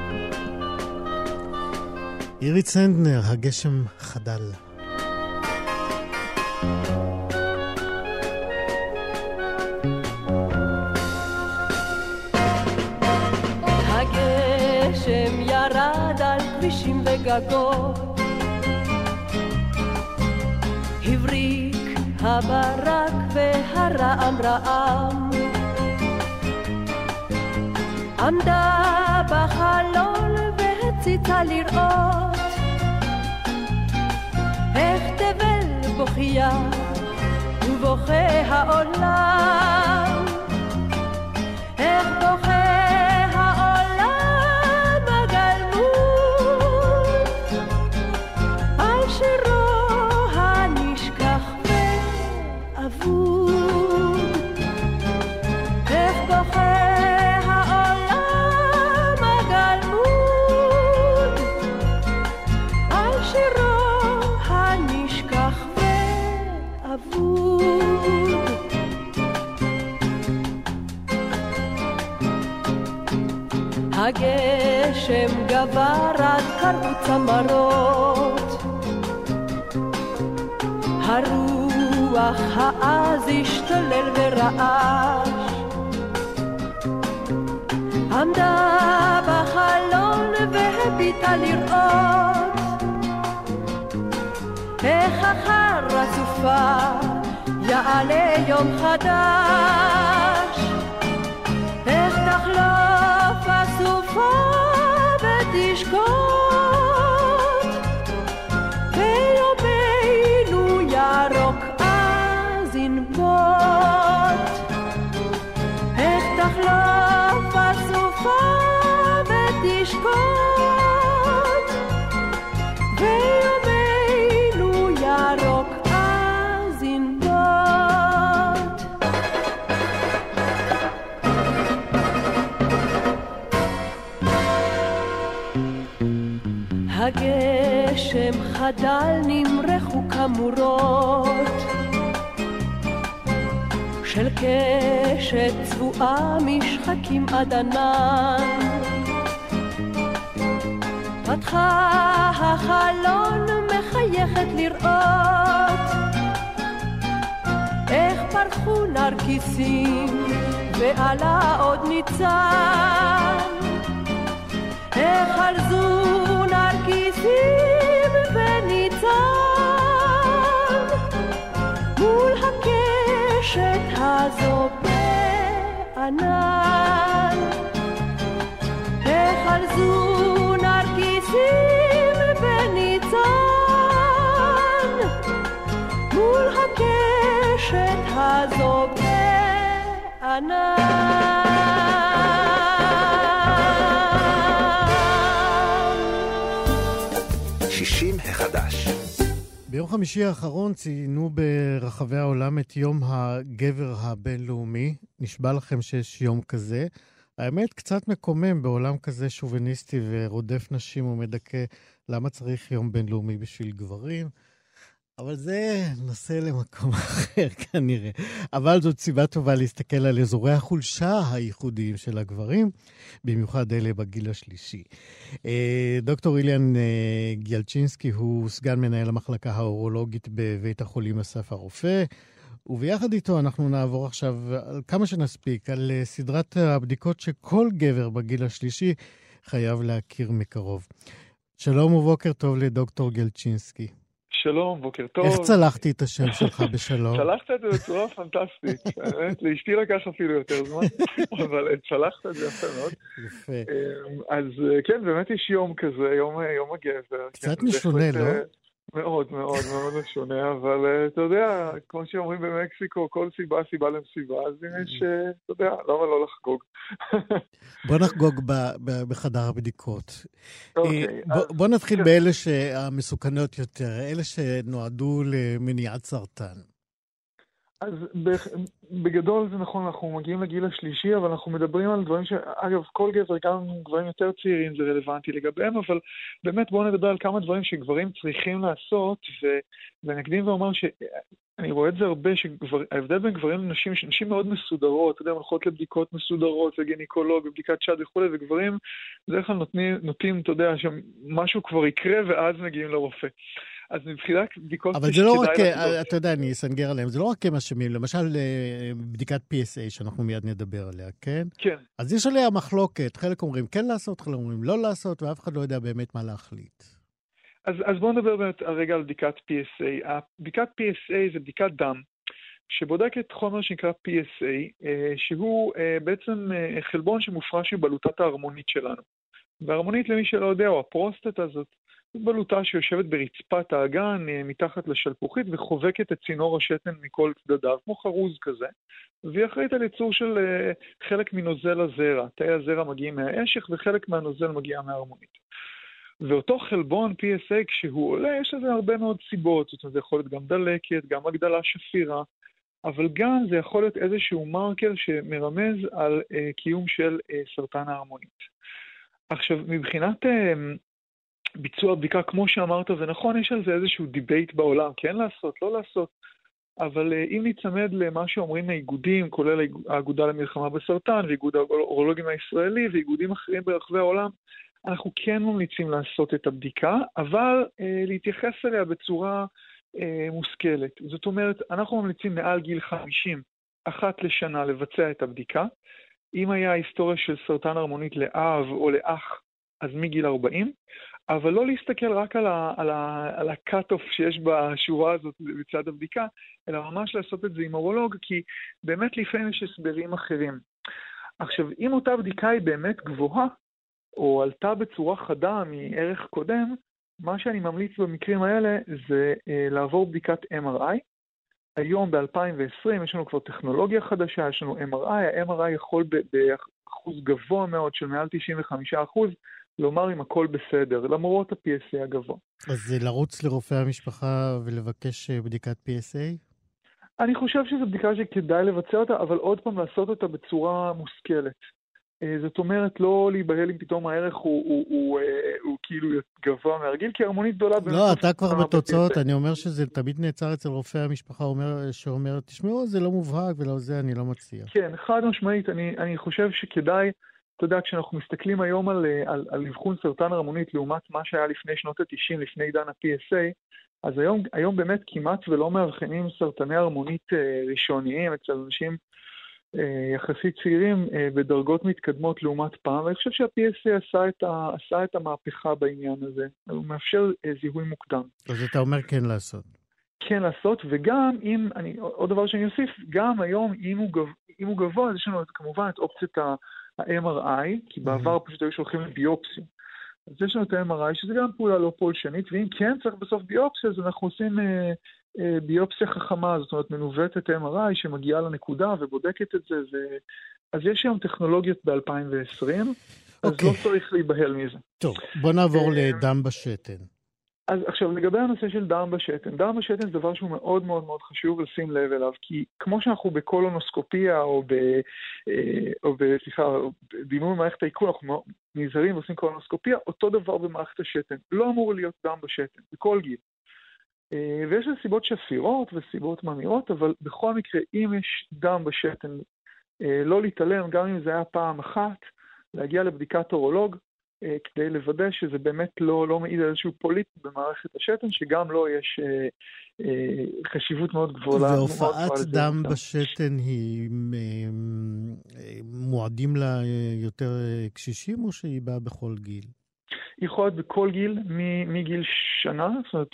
אירית סנדנר, הגשם חדל. הגשם ירד על כבישים וגגות, הבריק הברק והרעם רעם, עמדה בחלון והציצה לראות איך תבל בוכייה ובוכה העולם, איך בוכה העולם הגלמוד על שירו הנשכח ואבוד, איך בוכה העולם הגלמוד על שירו הנשכח ואבוד. הגשם גבר עד קרעו צמרות, הרוח העז השתולל ורעש, עמדה בחלון והביטה לראות איך אחר הסופה יעלה יום חדש, איך תחלוף הסופה ותשקוט ויומנו ירוק אז ינבוט, איך תחלוף הסופה ותשקוט ויומנו ירוק אז ינבוט. הגשם חדל נמרחו כמורות של קשת צבועה משחקים עד ענן, פתחה החלון מחייכת לראות איך פרחו נרקיסים ועלה עוד ניצן, איך חלזו נרקיסים וניצן מול הקשת הזו בענן, איך חלזו נרקיסים וניצן מול הקשת הזו בענן. שישים החדש. ביום חמישי האחרון ציינו ברחבי העולם את יום הגבר הבינלאומי. נשבע לכם שיש יום כזה. האמת קצת מקומם בעולם כזה שוביניסטי ורודף נשים ומדכא למה צריך יום בינלאומי בשביל גברים. אבל זה נושא למקום אחר כנראה. אבל זאת סיבה טובה להסתכל על אזורי החולשה הייחודיים של הגברים, במיוחד אלה בגיל השלישי. דוקטור איליאן גיאלצ'ינסקי הוא סגן מנהל המחלקה האורולוגית בבית החולים אסף הרופא, וביחד איתו אנחנו נעבור עכשיו על כמה שנספיק, על סדרת הבדיקות שכל גבר בגיל השלישי חייב להכיר מקרוב. שלום ובוקר טוב לדוקטור גיאלצ'ינסקי. שלום, בוקר טוב. איך צלחתי את השם שלך בשלום? צלחת את זה בצורה פנטסטית. באמת, לאשתי לקח אפילו יותר זמן, אבל צלחת את זה יפה מאוד. יפה. אז כן, באמת יש יום כזה, יום הגבר. קצת משונה, לא? מאוד מאוד מאוד משונה, אבל אתה יודע, כמו שאומרים במקסיקו, כל סיבה סיבה למסיבה, אז אם יש, אתה יודע, למה לא לחגוג? בוא נחגוג בחדר הבדיקות. בוא נתחיל באלה שהמסוכנות יותר, אלה שנועדו למניעת סרטן. אז בגדול זה נכון, אנחנו מגיעים לגיל השלישי, אבל אנחנו מדברים על דברים ש... אגב, כל גבר, גם גברים יותר צעירים זה רלוונטי לגביהם, אבל באמת בואו נדבר על כמה דברים שגברים צריכים לעשות, ו... ונקדים ואומר שאני רואה את זה הרבה, שההבדל בין גברים לנשים, שנשים מאוד מסודרות, אתה יודע, הולכות לבדיקות מסודרות, וגינקולוג, ובדיקת שד וכו', וגברים בדרך כלל נותנים, נוטים, אתה יודע, שמשהו כבר יקרה, ואז מגיעים לרופא. אז מבחינת בדיקות... אבל זה לא רק, אתה יודע, אני אסנגר עליהם, זה לא רק משמים, למשל בדיקת פי אס איי, שאנחנו מיד נדבר עליה, כן? כן. אז יש עליה מחלוקת, חלק אומרים כן לעשות, חלק אומרים לא לעשות, ואף אחד לא יודע באמת מה להחליט. אז, אז בואו נדבר באמת הרגע על בדיקת פי אס איי. בדיקת פי אס איי זה בדיקת דם, שבודקת חומר שנקרא פי אס איי, שהוא בעצם חלבון שמופרש מבלוטת ההרמונית שלנו. וההרמונית, למי שלא יודע, או הפרוסטטה הזאת, זו בלוטה שיושבת ברצפת האגן מתחת לשלפוחית וחובקת את צינור השתן מכל צדדיו, כמו חרוז כזה, והיא אחראית על ייצור של חלק מנוזל הזרע. תאי הזרע מגיעים מהאשך וחלק מהנוזל מגיע מההרמונית. ואותו חלבון פי אס איי כשהוא עולה, יש לזה הרבה מאוד סיבות, זאת אומרת, זה יכול להיות גם דלקת, גם הגדלה שפירה, אבל גם זה יכול להיות איזשהו מרקר שמרמז על uh, קיום של uh, סרטן ההרמונית. עכשיו, מבחינת... Uh, ביצוע בדיקה, כמו שאמרת, ונכון, יש על זה איזשהו דיבייט בעולם, כן לעשות, לא לעשות, אבל אם נצמד למה שאומרים האיגודים, כולל האגודה למלחמה בסרטן, ואיגוד האורולוגים הישראלי, ואיגודים אחרים ברחבי העולם, אנחנו כן ממליצים לעשות את הבדיקה, אבל אה, להתייחס אליה בצורה אה, מושכלת. זאת אומרת, אנחנו ממליצים מעל גיל חמישים, אחת לשנה לבצע את הבדיקה. אם היה היסטוריה של סרטן הרמונית לאב או לאח, אז מגיל ארבעים, אבל לא להסתכל רק על ה, על ה, על הקאט-אוף שיש בשורה הזאת בצד הבדיקה, אלא ממש לעשות את זה עם אורולוג, כי באמת לפעמים יש הסברים אחרים. עכשיו, אם אותה בדיקה היא באמת גבוהה, או עלתה בצורה חדה מערך קודם, מה שאני ממליץ במקרים האלה זה אה, לעבור בדיקת אם אר איי. היום ב-אלפיים ועשרים יש לנו כבר טכנולוגיה חדשה, יש לנו אם אר איי, ה-אם אר איי יכול באחוז גבוה מאוד של מעל תשעים וחמישה אחוז, לומר אם הכל בסדר, למרות ה-פי אס איי הגבוה. אז זה לרוץ לרופא המשפחה ולבקש בדיקת פי אס איי? אני חושב שזו בדיקה שכדאי לבצע אותה, אבל עוד פעם לעשות אותה בצורה מושכלת. זאת אומרת, לא להיבהל אם פתאום הערך הוא, הוא, הוא, הוא, הוא כאילו גבוה מהרגיל, כי הרמונית גדולה... לא, אתה כבר בתוצאות, אני אומר שזה תמיד נעצר אצל רופא המשפחה אומר, שאומר, תשמעו, זה לא מובהק ולא זה, אני לא מציע. כן, חד משמעית, אני, אני חושב שכדאי, אתה יודע, כשאנחנו מסתכלים היום על, על, על אבחון סרטן הרמונית, לעומת מה שהיה לפני שנות ה-תשעים, לפני עידן ה-פי אס איי, אז היום, היום באמת כמעט ולא מאבחנים סרטני הרמונית ראשוניים אצל אנשים יחסית צעירים בדרגות מתקדמות לעומת פעם, ואני חושב שה-פי אס איי עשה את, ה, עשה את המהפכה בעניין הזה. הוא מאפשר זיהוי מוקדם. אז אתה אומר כן לעשות. כן לעשות, וגם אם, אני, עוד דבר שאני אוסיף, גם היום אם הוא, גב, אם הוא גבוה, אז יש לנו כמובן את אופציית ה-אם אר איי, כי בעבר mm-hmm. פשוט היו שולחים לביופסיה. אז יש לנו את ה-אם אר איי, שזה גם פעולה לא פולשנית, ואם כן צריך בסוף ביופסיה, אז אנחנו עושים אה, אה, ביופסיה חכמה, זאת אומרת מנווטת אם אר איי שמגיעה לנקודה ובודקת את זה, ו... אז יש היום טכנולוגיות ב-אלפיים ועשרים, אז okay. לא צריך להיבהל מזה. טוב, בוא נעבור לדם בשתן. אז עכשיו, לגבי הנושא של דם בשתן, דם בשתן זה דבר שהוא מאוד מאוד מאוד חשוב לשים לב אליו, כי כמו שאנחנו בקולונוסקופיה או ב... או ב... סליחה, דימוי במערכת העיכול, אנחנו נזהרים ועושים קולונוסקופיה, אותו דבר במערכת השתן. לא אמור להיות דם בשתן, בכל גיל. ויש לזה סיבות שפירות וסיבות ממאירות, אבל בכל מקרה, אם יש דם בשתן, לא להתעלם, גם אם זה היה פעם אחת, להגיע לבדיקת אורולוג, כדי לוודא שזה באמת לא, לא מעיד על איזשהו פוליט במערכת השתן, שגם לא יש אה, אה, חשיבות מאוד גבוהה. והופעת דם בשתן היא אה, מועדים לה יותר קשישים, או שהיא באה בכל גיל? היא יכולה להיות בכל גיל, מגיל שנה, זאת אומרת,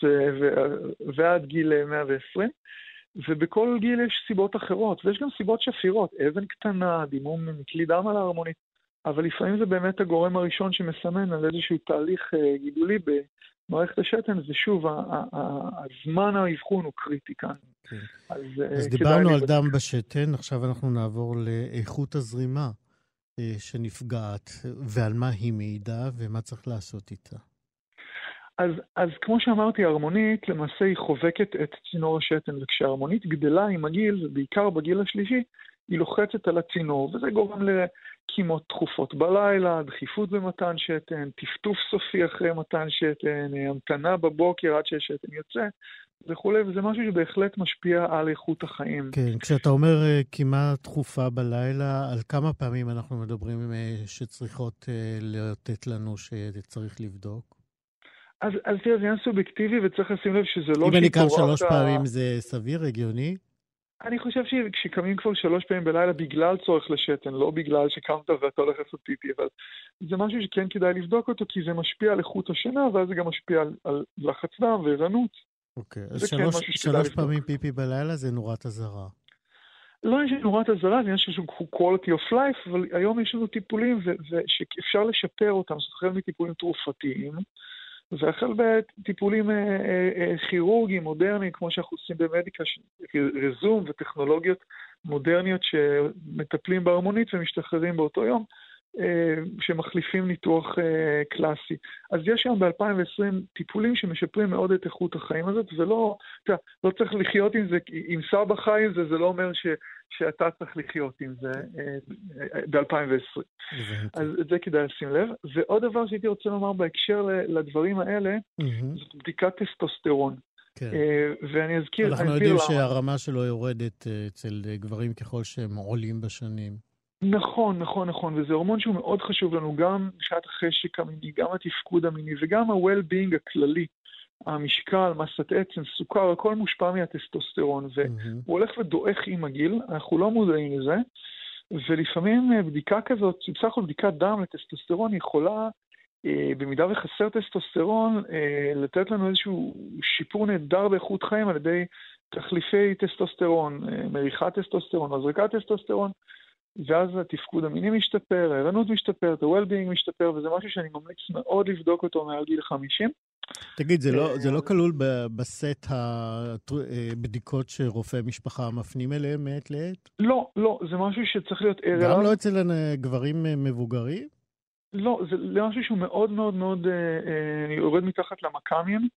ועד גיל מאה ועשרים, ובכל גיל יש סיבות אחרות, ויש גם סיבות שפירות, אבן קטנה, דימום מכלי דם על ההרמונית, אבל לפעמים זה באמת הגורם הראשון שמסמן על איזשהו תהליך גידולי במערכת השתן, ושוב, הזמן האבחון הוא קריטי כאן. Okay. אז, אז דיברנו על דם בשתן, עכשיו אנחנו נעבור לאיכות הזרימה שנפגעת, ועל מה היא מעידה ומה צריך לעשות איתה. אז, אז כמו שאמרתי, ההרמונית למעשה היא חובקת את צינור השתן, וכשההרמונית גדלה עם הגיל, ובעיקר בגיל השלישי, היא לוחצת על הצינור, וזה גורם לקימות תכופות בלילה, דחיפות במתן שתן, טפטוף סופי אחרי מתן שתן, המתנה בבוקר עד שהשתן יוצא, וכו', וזה משהו שבהחלט משפיע על איכות החיים. כן, כשאתה אומר כמעט תכופה בלילה, על כמה פעמים אנחנו מדברים שצריכות לתת לנו שצריך לבדוק? אז, אז תראה, זה עניין סובייקטיבי, וצריך לשים לב שזה לא... אם אני קם שלוש פעמים זה סביר, הגיוני? אני חושב שכשקמים כבר שלוש פעמים בלילה בגלל צורך לשתן, לא בגלל שקמת ואתה הולך לעשות פיפי, אבל זה משהו שכן כדאי לבדוק אותו, כי זה משפיע על איכות השינה, ואז זה גם משפיע על, על לחץ דם וערנות. אוקיי, אז שלוש, שלוש פעמים פיפי בלילה זה נורת אזהרה. לא יש נורת אזהרה, זה יש איזשהו quality of life, אבל היום יש לנו טיפולים שאפשר לשפר אותם, זאת אומרת, מטיפולים תרופתיים, והחל בטיפולים כירורגיים, מודרניים, כמו שאנחנו עושים במדיקה, רזום וטכנולוגיות מודרניות שמטפלים בהרמונית ומשתחררים באותו יום, שמחליפים ניתוח קלאסי. אז יש שם ב-אלפיים ועשרים טיפולים שמשפרים מאוד את איכות החיים הזאת, ולא, אתה, לא צריך לחיות עם זה, אם סבא חי עם זה, זה לא אומר ש, שאתה צריך לחיות עם זה ב-אלפיים ועשרים. אז את זה כדאי לשים לב. ועוד דבר שהייתי רוצה לומר בהקשר לדברים האלה, זאת בדיקת טסטוסטרון. כן. ואני אזכיר... אנחנו יודעים שהרמה שלו יורדת אצל גברים ככל שהם עולים בשנים. נכון, נכון, נכון, וזה הורמון שהוא מאוד חשוב לנו, גם שעת החשק המיני, גם התפקוד המיני, וגם ה-well-being הכללי, המשקל, מסת עצם, סוכר, הכל מושפע מהטסטוסטרון, והוא הולך ודועך עם הגיל, אנחנו לא מודעים לזה, ולפעמים בדיקה כזאת, בסך הכל בדיקת דם לטסטוסטרון, יכולה, במידה וחסר טסטוסטרון, לתת לנו איזשהו שיפור נהדר באיכות חיים, על ידי תחליפי טסטוסטרון, מריחת טסטוסטרון, הזרקת טסטוסטרון, ואז התפקוד המיני משתפר, הערנות משתפרת, ה-well-being משתפר, וזה משהו שאני ממליץ מאוד לבדוק אותו מעל גיל חמישים. תגיד, זה לא, זה לא כלול בסט הבדיקות שרופאי משפחה מפנים אליהם מעת לעת? לא, לא, זה משהו שצריך להיות ערב. גם לא אצל גברים מבוגרים? לא, זה משהו שהוא מאוד מאוד מאוד יורד מתחת למקאמים,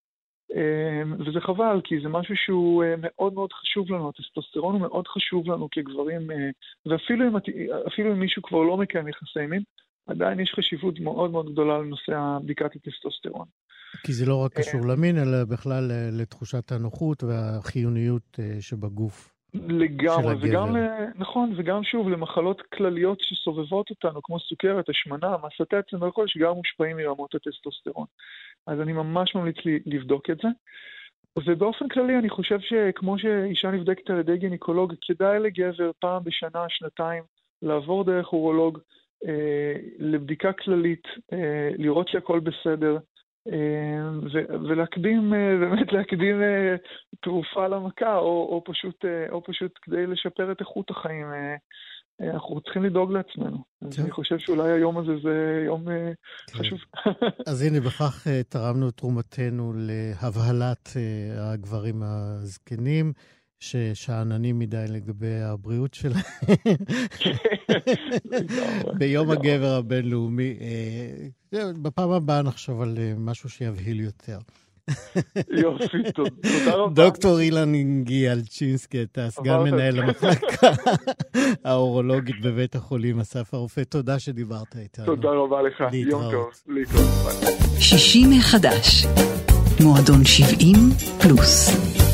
וזה חבל, כי זה משהו שהוא מאוד מאוד חשוב לנו, הטסטוסטרון הוא מאוד חשוב לנו כגברים, ואפילו אם, אפילו אם מישהו כבר לא מקיים יחסי מין, עדיין יש חשיבות מאוד מאוד גדולה לנושא בדיקת הטסטוסטרון. כי זה לא רק קשור למין, אלא בכלל לתחושת הנוחות והחיוניות שבגוף. לגמרי, וגם, נכון, וגם שוב למחלות כלליות שסובבות אותנו, כמו סוכרת, השמנה, מסת עצם והכל, שגם מושפעים מרמות הטסטוסטרון. אז אני ממש ממליץ לי לבדוק את זה. ובאופן כללי אני חושב שכמו שאישה נבדקת על ידי גינקולוג, כדאי לגבר פעם בשנה, שנתיים, לעבור דרך אורולוג, אה, לבדיקה כללית, אה, לראות שהכל בסדר, ולהקדים, באמת להקדים תרופה למכה, או, או, פשוט, או פשוט כדי לשפר את איכות החיים. אנחנו צריכים לדאוג לעצמנו. אז אני חושב שאולי היום הזה זה יום חשוב. אז הנה, בכך תרמנו את תרומתנו להבהלת הגברים הזקנים, ששעננים מדי לגבי הבריאות שלהם. ביום הגבר הבינלאומי. בפעם הבאה נחשוב על משהו שיבהיל יותר. יופי, תודה רבה. דוקטור אילן גיאלצ'ינסקי, אתה סגן מנהל המחלקה האורולוגית בבית החולים אסף הרופא. תודה שדיברת איתנו. תודה רבה לך. יום טוב. להתראות. שישי מחדש. מועדון שבעים פלוס.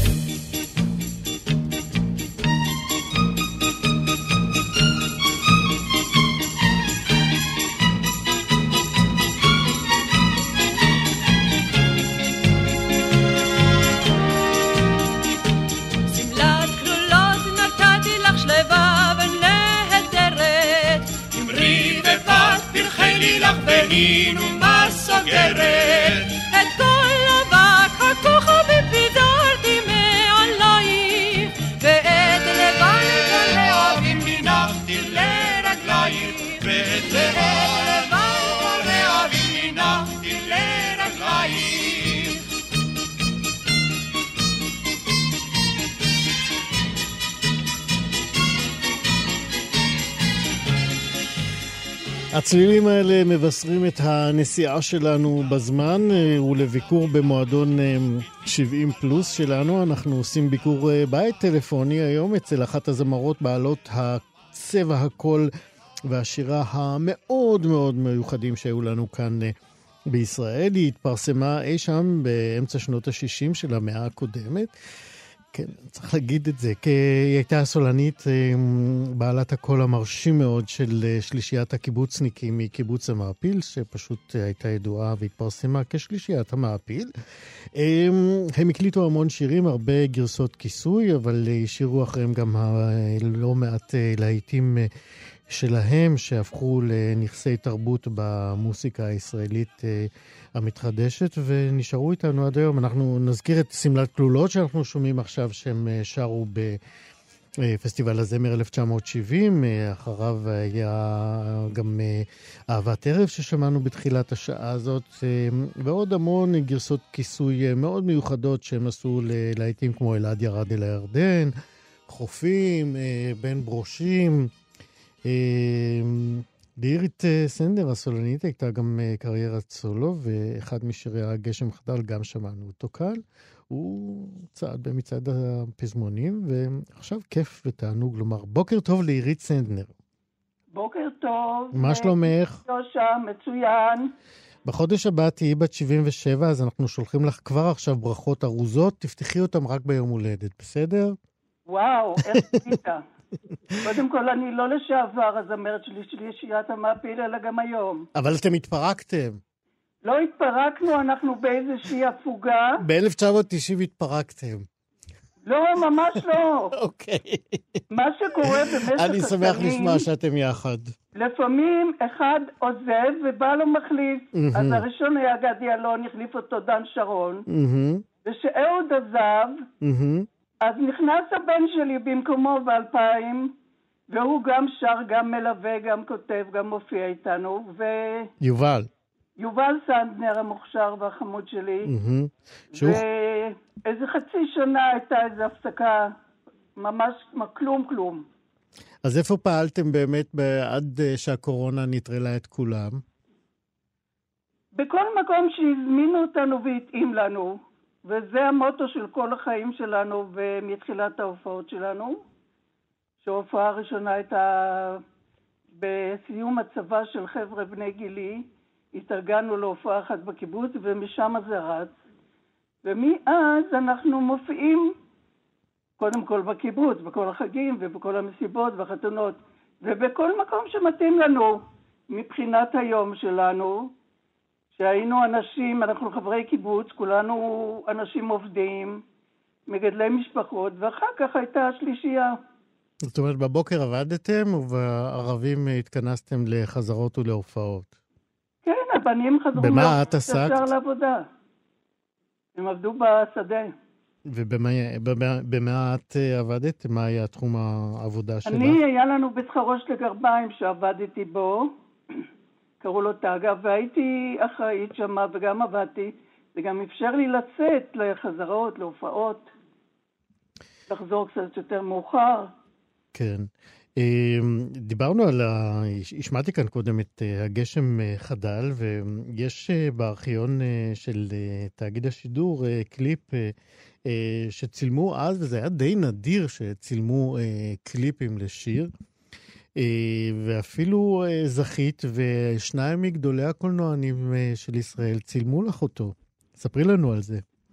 בנין ומה סוגרת את כל אבק הכוכבים פיזרתי מעלייך ואת לבן את הלהבים הנחתי לרגלייך ואת לבן את הלהבים הנחתי לרגלייך. הצלילים האלה מבשרים את הנסיעה שלנו בזמן ולביקור במועדון שבעים פלוס שלנו. אנחנו עושים ביקור בית טלפוני היום אצל אחת הזמרות בעלות הצבע הקול והשירה המאוד מאוד מיוחדים שהיו לנו כאן בישראל. היא התפרסמה אי שם באמצע שנות ה-שישים של המאה הקודמת. כן, צריך להגיד את זה, כי היא הייתה הסולנית בעלת הקול המרשים מאוד של שלישיית הקיבוצניקים מקיבוץ המעפיל, שפשוט הייתה ידועה והתפרסמה כשלישיית המעפיל. הם הקליטו המון שירים, הרבה גרסות כיסוי, אבל השאירו אחריהם גם לא מעט להיטים שלהם, שהפכו לנכסי תרבות במוסיקה הישראלית המתחדשת, ונשארו איתנו עד היום. אנחנו נזכיר את סמלת כלולות שאנחנו שומעים עכשיו, שהם שרו בפסטיבל הזמר אלף תשע מאות שבעים, אחריו היה גם אהבת ערב ששמענו בתחילת השעה הזאת, ועוד המון גרסות כיסוי מאוד מיוחדות שהם עשו ללהיטים כמו אלעד ירד אל הירדן, חופים, בין ברושים. לירית סנדר, הסולנית, הייתה גם קריירת סולו, ואחד משירי הגשם חדל גם שמענו אותו כאן. הוא צעד במצעד הפזמונים, ועכשיו כיף ותענוג לומר בוקר טוב לירית סנדר. בוקר טוב. מה שלומך? יושה, מצוין. בחודש הבא תהיי בת שבעים ושבע, אז אנחנו שולחים לך כבר עכשיו ברכות ארוזות, תפתחי אותם רק ביום הולדת, בסדר? וואו, איך תהיית? קודם כל, אני לא לשעבר הזמרת שלי של ישיית המעפיל, אלא גם היום. אבל אתם התפרקתם. לא התפרקנו, אנחנו באיזושהי הפוגה. ב-אלף תשע מאות תשעים התפרקתם. לא, ממש לא. אוקיי. מה שקורה במשך השנים... אני שמח לשמוע שאתם יחד. לפעמים אחד עוזב ובא לו מחליף. אז הראשון היה גדי אלון, החליף אותו דן שרון. ושאהוד עזב... אז נכנס הבן שלי במקומו באלפיים, והוא גם שר, גם מלווה, גם כותב, גם מופיע איתנו, ו... יובל. יובל סנדנר המוכשר והחמוד שלי. Mm-hmm. ואיזה חצי שנה הייתה איזו הפסקה, ממש כלום כלום. אז איפה פעלתם באמת עד שהקורונה נטרלה את כולם? בכל מקום שהזמינו אותנו והתאים לנו. וזה המוטו של כל החיים שלנו ומתחילת ההופעות שלנו. שההופעה הראשונה הייתה בסיום הצבא של חבר'ה בני גילי. התארגנו להופעה אחת בקיבוץ ומשם זה רץ. ומאז אנחנו מופיעים קודם כל בקיבוץ, בכל החגים ובכל המסיבות והחתונות. ובכל מקום שמתאים לנו מבחינת היום שלנו. שהיינו אנשים, אנחנו חברי קיבוץ, כולנו אנשים עובדים, מגדלי משפחות, ואחר כך הייתה השלישייה. זאת אומרת, בבוקר עבדתם, ובערבים התכנסתם לחזרות ולהופעות. כן, הבנים חזרו במה את עסקת? ישר לעבודה. הם עבדו בשדה. ובמה את עבדת? מה היה תחום העבודה שלך? אני, היה לנו בית חרוש לגרביים שעבדתי בו, קראו לו טאגה, והייתי אחראית שמה וגם עבדתי, וגם אפשר לי לצאת לחזרות, להופעות, לחזור קצת יותר מאוחר. כן. דיברנו על, ה... השמעתי כאן קודם את הגשם חדל, ויש בארכיון של תאגיד השידור קליפ שצילמו אז, וזה היה די נדיר שצילמו קליפים לשיר, ואפילו זכית, ושניים מגדולי הקולנוענים של ישראל צילמו לך אותו. ספרי לנו על זה.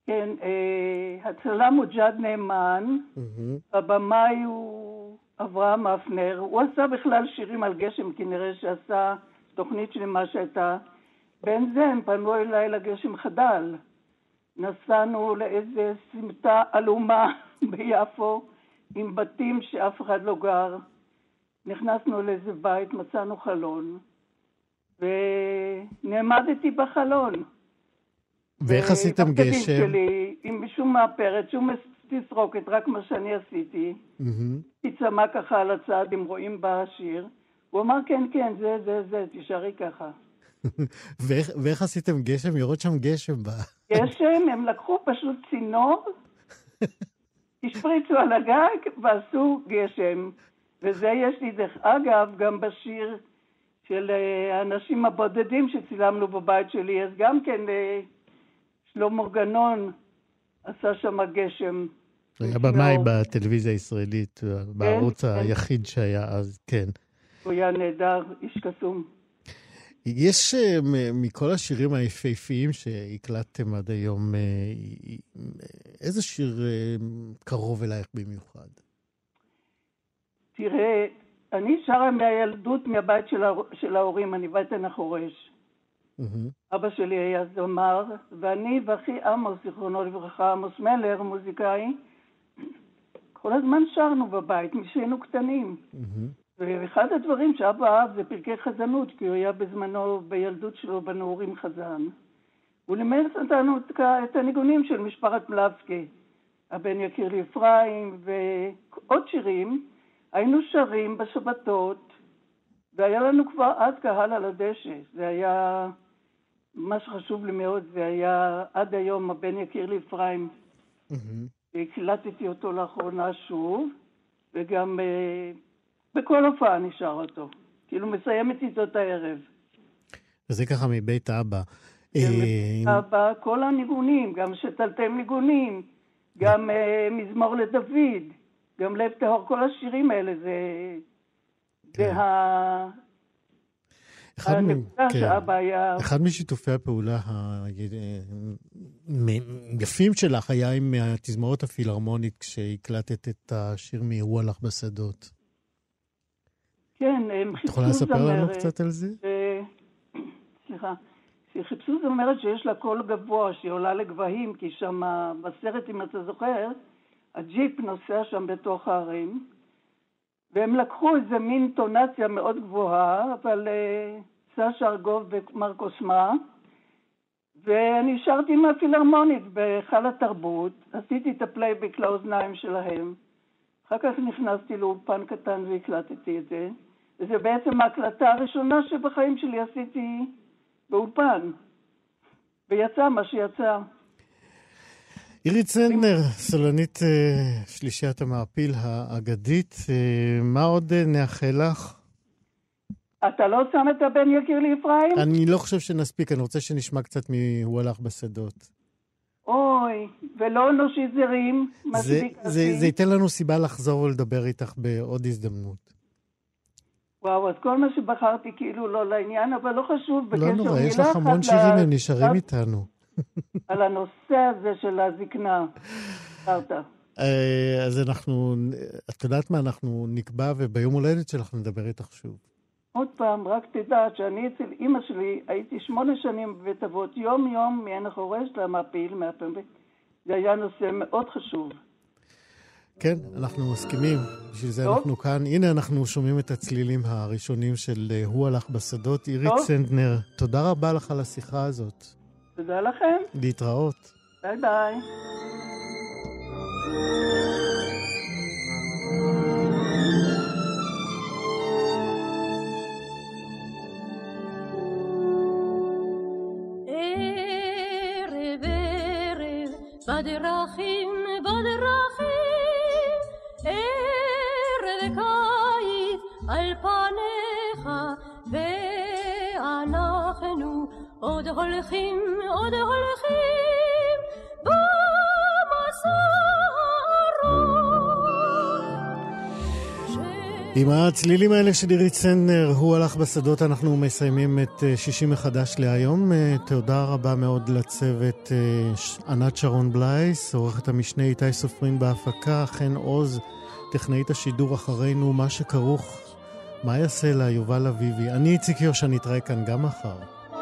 כן, אה, הצלם הוא ג'אד נאמן, mm-hmm. הבמאי הוא אברהם אפנר, הוא עשה בכלל שירים על גשם, כנראה שעשה תוכנית שלמה שהייתה. בין זה הם פנו אליי לגשם חדל. נסענו לאיזה סמטה אלומה ביפו, עם בתים שאף אחד לא גר. נכנסנו לאיזה בית, מצאנו חלון, ונעמדתי בחלון. ואיך עשיתם גשם? שלי, עם שום מאפרת, שום תסרוקת, רק מה שאני עשיתי. תצמה ככה על הצד, אם רואים בשיר. הוא אמר, כן, כן, זה, זה, זה, תשארי ככה. ואיך, ואיך עשיתם גשם? יורד שם גשם בה. גשם, הם לקחו פשוט צינור, השפריצו על הגג ועשו גשם. וזה יש לי דרך אגב גם בשיר של האנשים הבודדים שצילמנו בבית שלי, אז גם כן שלמה גנון עשה שם גשם. היה במאי בטלוויזיה הישראלית, בערוץ היחיד שהיה אז, כן. הוא היה נהדר, איש קסום. יש מכל השירים היפהפיים שהקלטתם עד היום, איזה שיר קרוב אלייך במיוחד? תראה, אני שרה מהילדות מהבית של, ההור... של ההורים, אני בטן החורש. Mm-hmm. אבא שלי היה זמר, ואני ואחי עמוס, זיכרונו לברכה, עמוס מלר, מוזיקאי, כל הזמן שרנו בבית, משהיינו קטנים. Mm-hmm. ואחד הדברים שאבא אהב זה פרקי חזנות, כי הוא היה בזמנו, בילדות שלו, בנעורים חזן. הוא לימד אותנו את הניגונים של משפחת מלבסקי, הבן יקיר לי אפרים, ועוד שירים. היינו שרים בשבתות, והיה לנו כבר אז קהל על הדשא. זה היה, מה שחשוב לי מאוד, זה היה עד היום הבן יקיר לי אפרים. הקלטתי אותו לאחרונה שוב, וגם אה, בכל הופעה נשאר אותו. כאילו מסיימת איתו את הערב. וזה ככה מבית אבא. מבית אבא, כל הניגונים, גם שתלתם ניגונים, גם אה, מזמור לדוד. גם לב טהור, כל השירים האלה, זה... זה ה... הנקודה שאבא היה... אחד משיתופי הפעולה היפים שלך היה עם התזמורת הפילהרמונית, כשהקלטת את השיר מ"הוא הלך בשדות. כן, הם חיפשו זמרת. את יכולה לספר לנו קצת על זה? סליחה. חיפשו זמרת שיש לה קול גבוה, שהיא עולה לגבהים, כי שם בסרט, אם אתה זוכר, הג'יפ נוסע שם בתוך הערים, והם לקחו איזה מין טונציה מאוד גבוהה, אבל uh, סשה ארגוב ומרקוס מה, ואני שרתי עם הפילהרמונית בחל התרבות, עשיתי את הפלייבק לאוזניים שלהם, אחר כך נכנסתי לאופן קטן והקלטתי את זה, וזה בעצם ההקלטה הראשונה שבחיים שלי עשיתי באופן, ויצא מה שיצא. אירית סנדנר, סולנית uh, שלישיית המעפיל האגדית, uh, מה עוד uh, נאחל לך? אתה לא שם את הבן יקיר לי אפרים? אני לא חושב שנספיק, אני רוצה שנשמע קצת מ"הוא הלך בשדות". אוי, ולא נושיט זרים, מספיק זה, זה, זה ייתן לנו סיבה לחזור ולדבר איתך בעוד הזדמנות. וואו, אז כל מה שבחרתי כאילו לא לעניין, אבל לא חשוב. לא נורא, יש לך המון שירים, הם נשארים איתנו. על הנושא הזה של הזקנה. אז אנחנו, את יודעת מה, אנחנו נקבע וביום הולדת שלך נדבר איתך שוב. עוד פעם, רק תדע שאני אצל אמא שלי הייתי שמונה שנים בבית אבות, יום יום מעין החורש למעפיל, מהפעם. זה היה נושא מאוד חשוב. כן, אנחנו מסכימים, בשביל זה אנחנו כאן. הנה אנחנו שומעים את הצלילים הראשונים של "הוא הלך בשדות". אירית סנדנר, תודה רבה לך על השיחה הזאת. תודה לכם. להתראות. ביי ביי. ערב ערב בדרכים בדרכים ערב קיץ על פניך ואנחנו עוד הולכים, עוד הולכים במסע הרוח עם הצלילים האלה של אירית סנדנר, הוא הלך בשדות, אנחנו מסיימים את שישי מחדש להיום. תודה רבה מאוד לצוות, ענת שרון בלייס, עורכת המשנה איתי סופרין בהפקה, חן עוז, טכנאית השידור אחרינו, מה שכרוך, מה יעשה לה, יובל אביבי. אני איציק יושע, נתראה כאן גם מחר.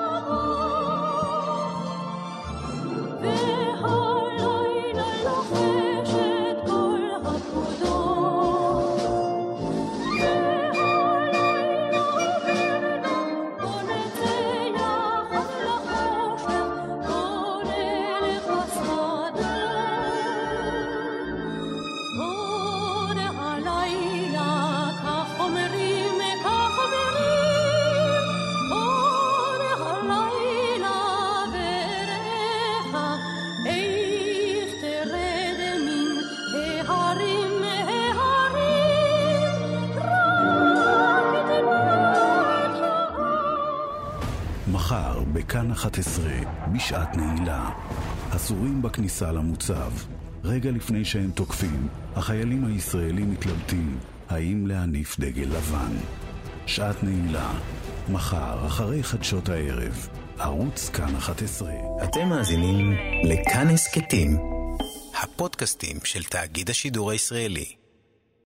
בכאן אחת עשרה, בשעת נעילה. אסורים בכניסה למוצב. רגע לפני שהם תוקפים, החיילים הישראלים מתלבטים האם להניף דגל לבן. שעת נעילה, מחר אחרי חדשות הערב, ערוץ כאן אחת עשרה. אתם מאזינים לכאן הסכתים, הפודקאסטים של תאגיד השידור הישראלי.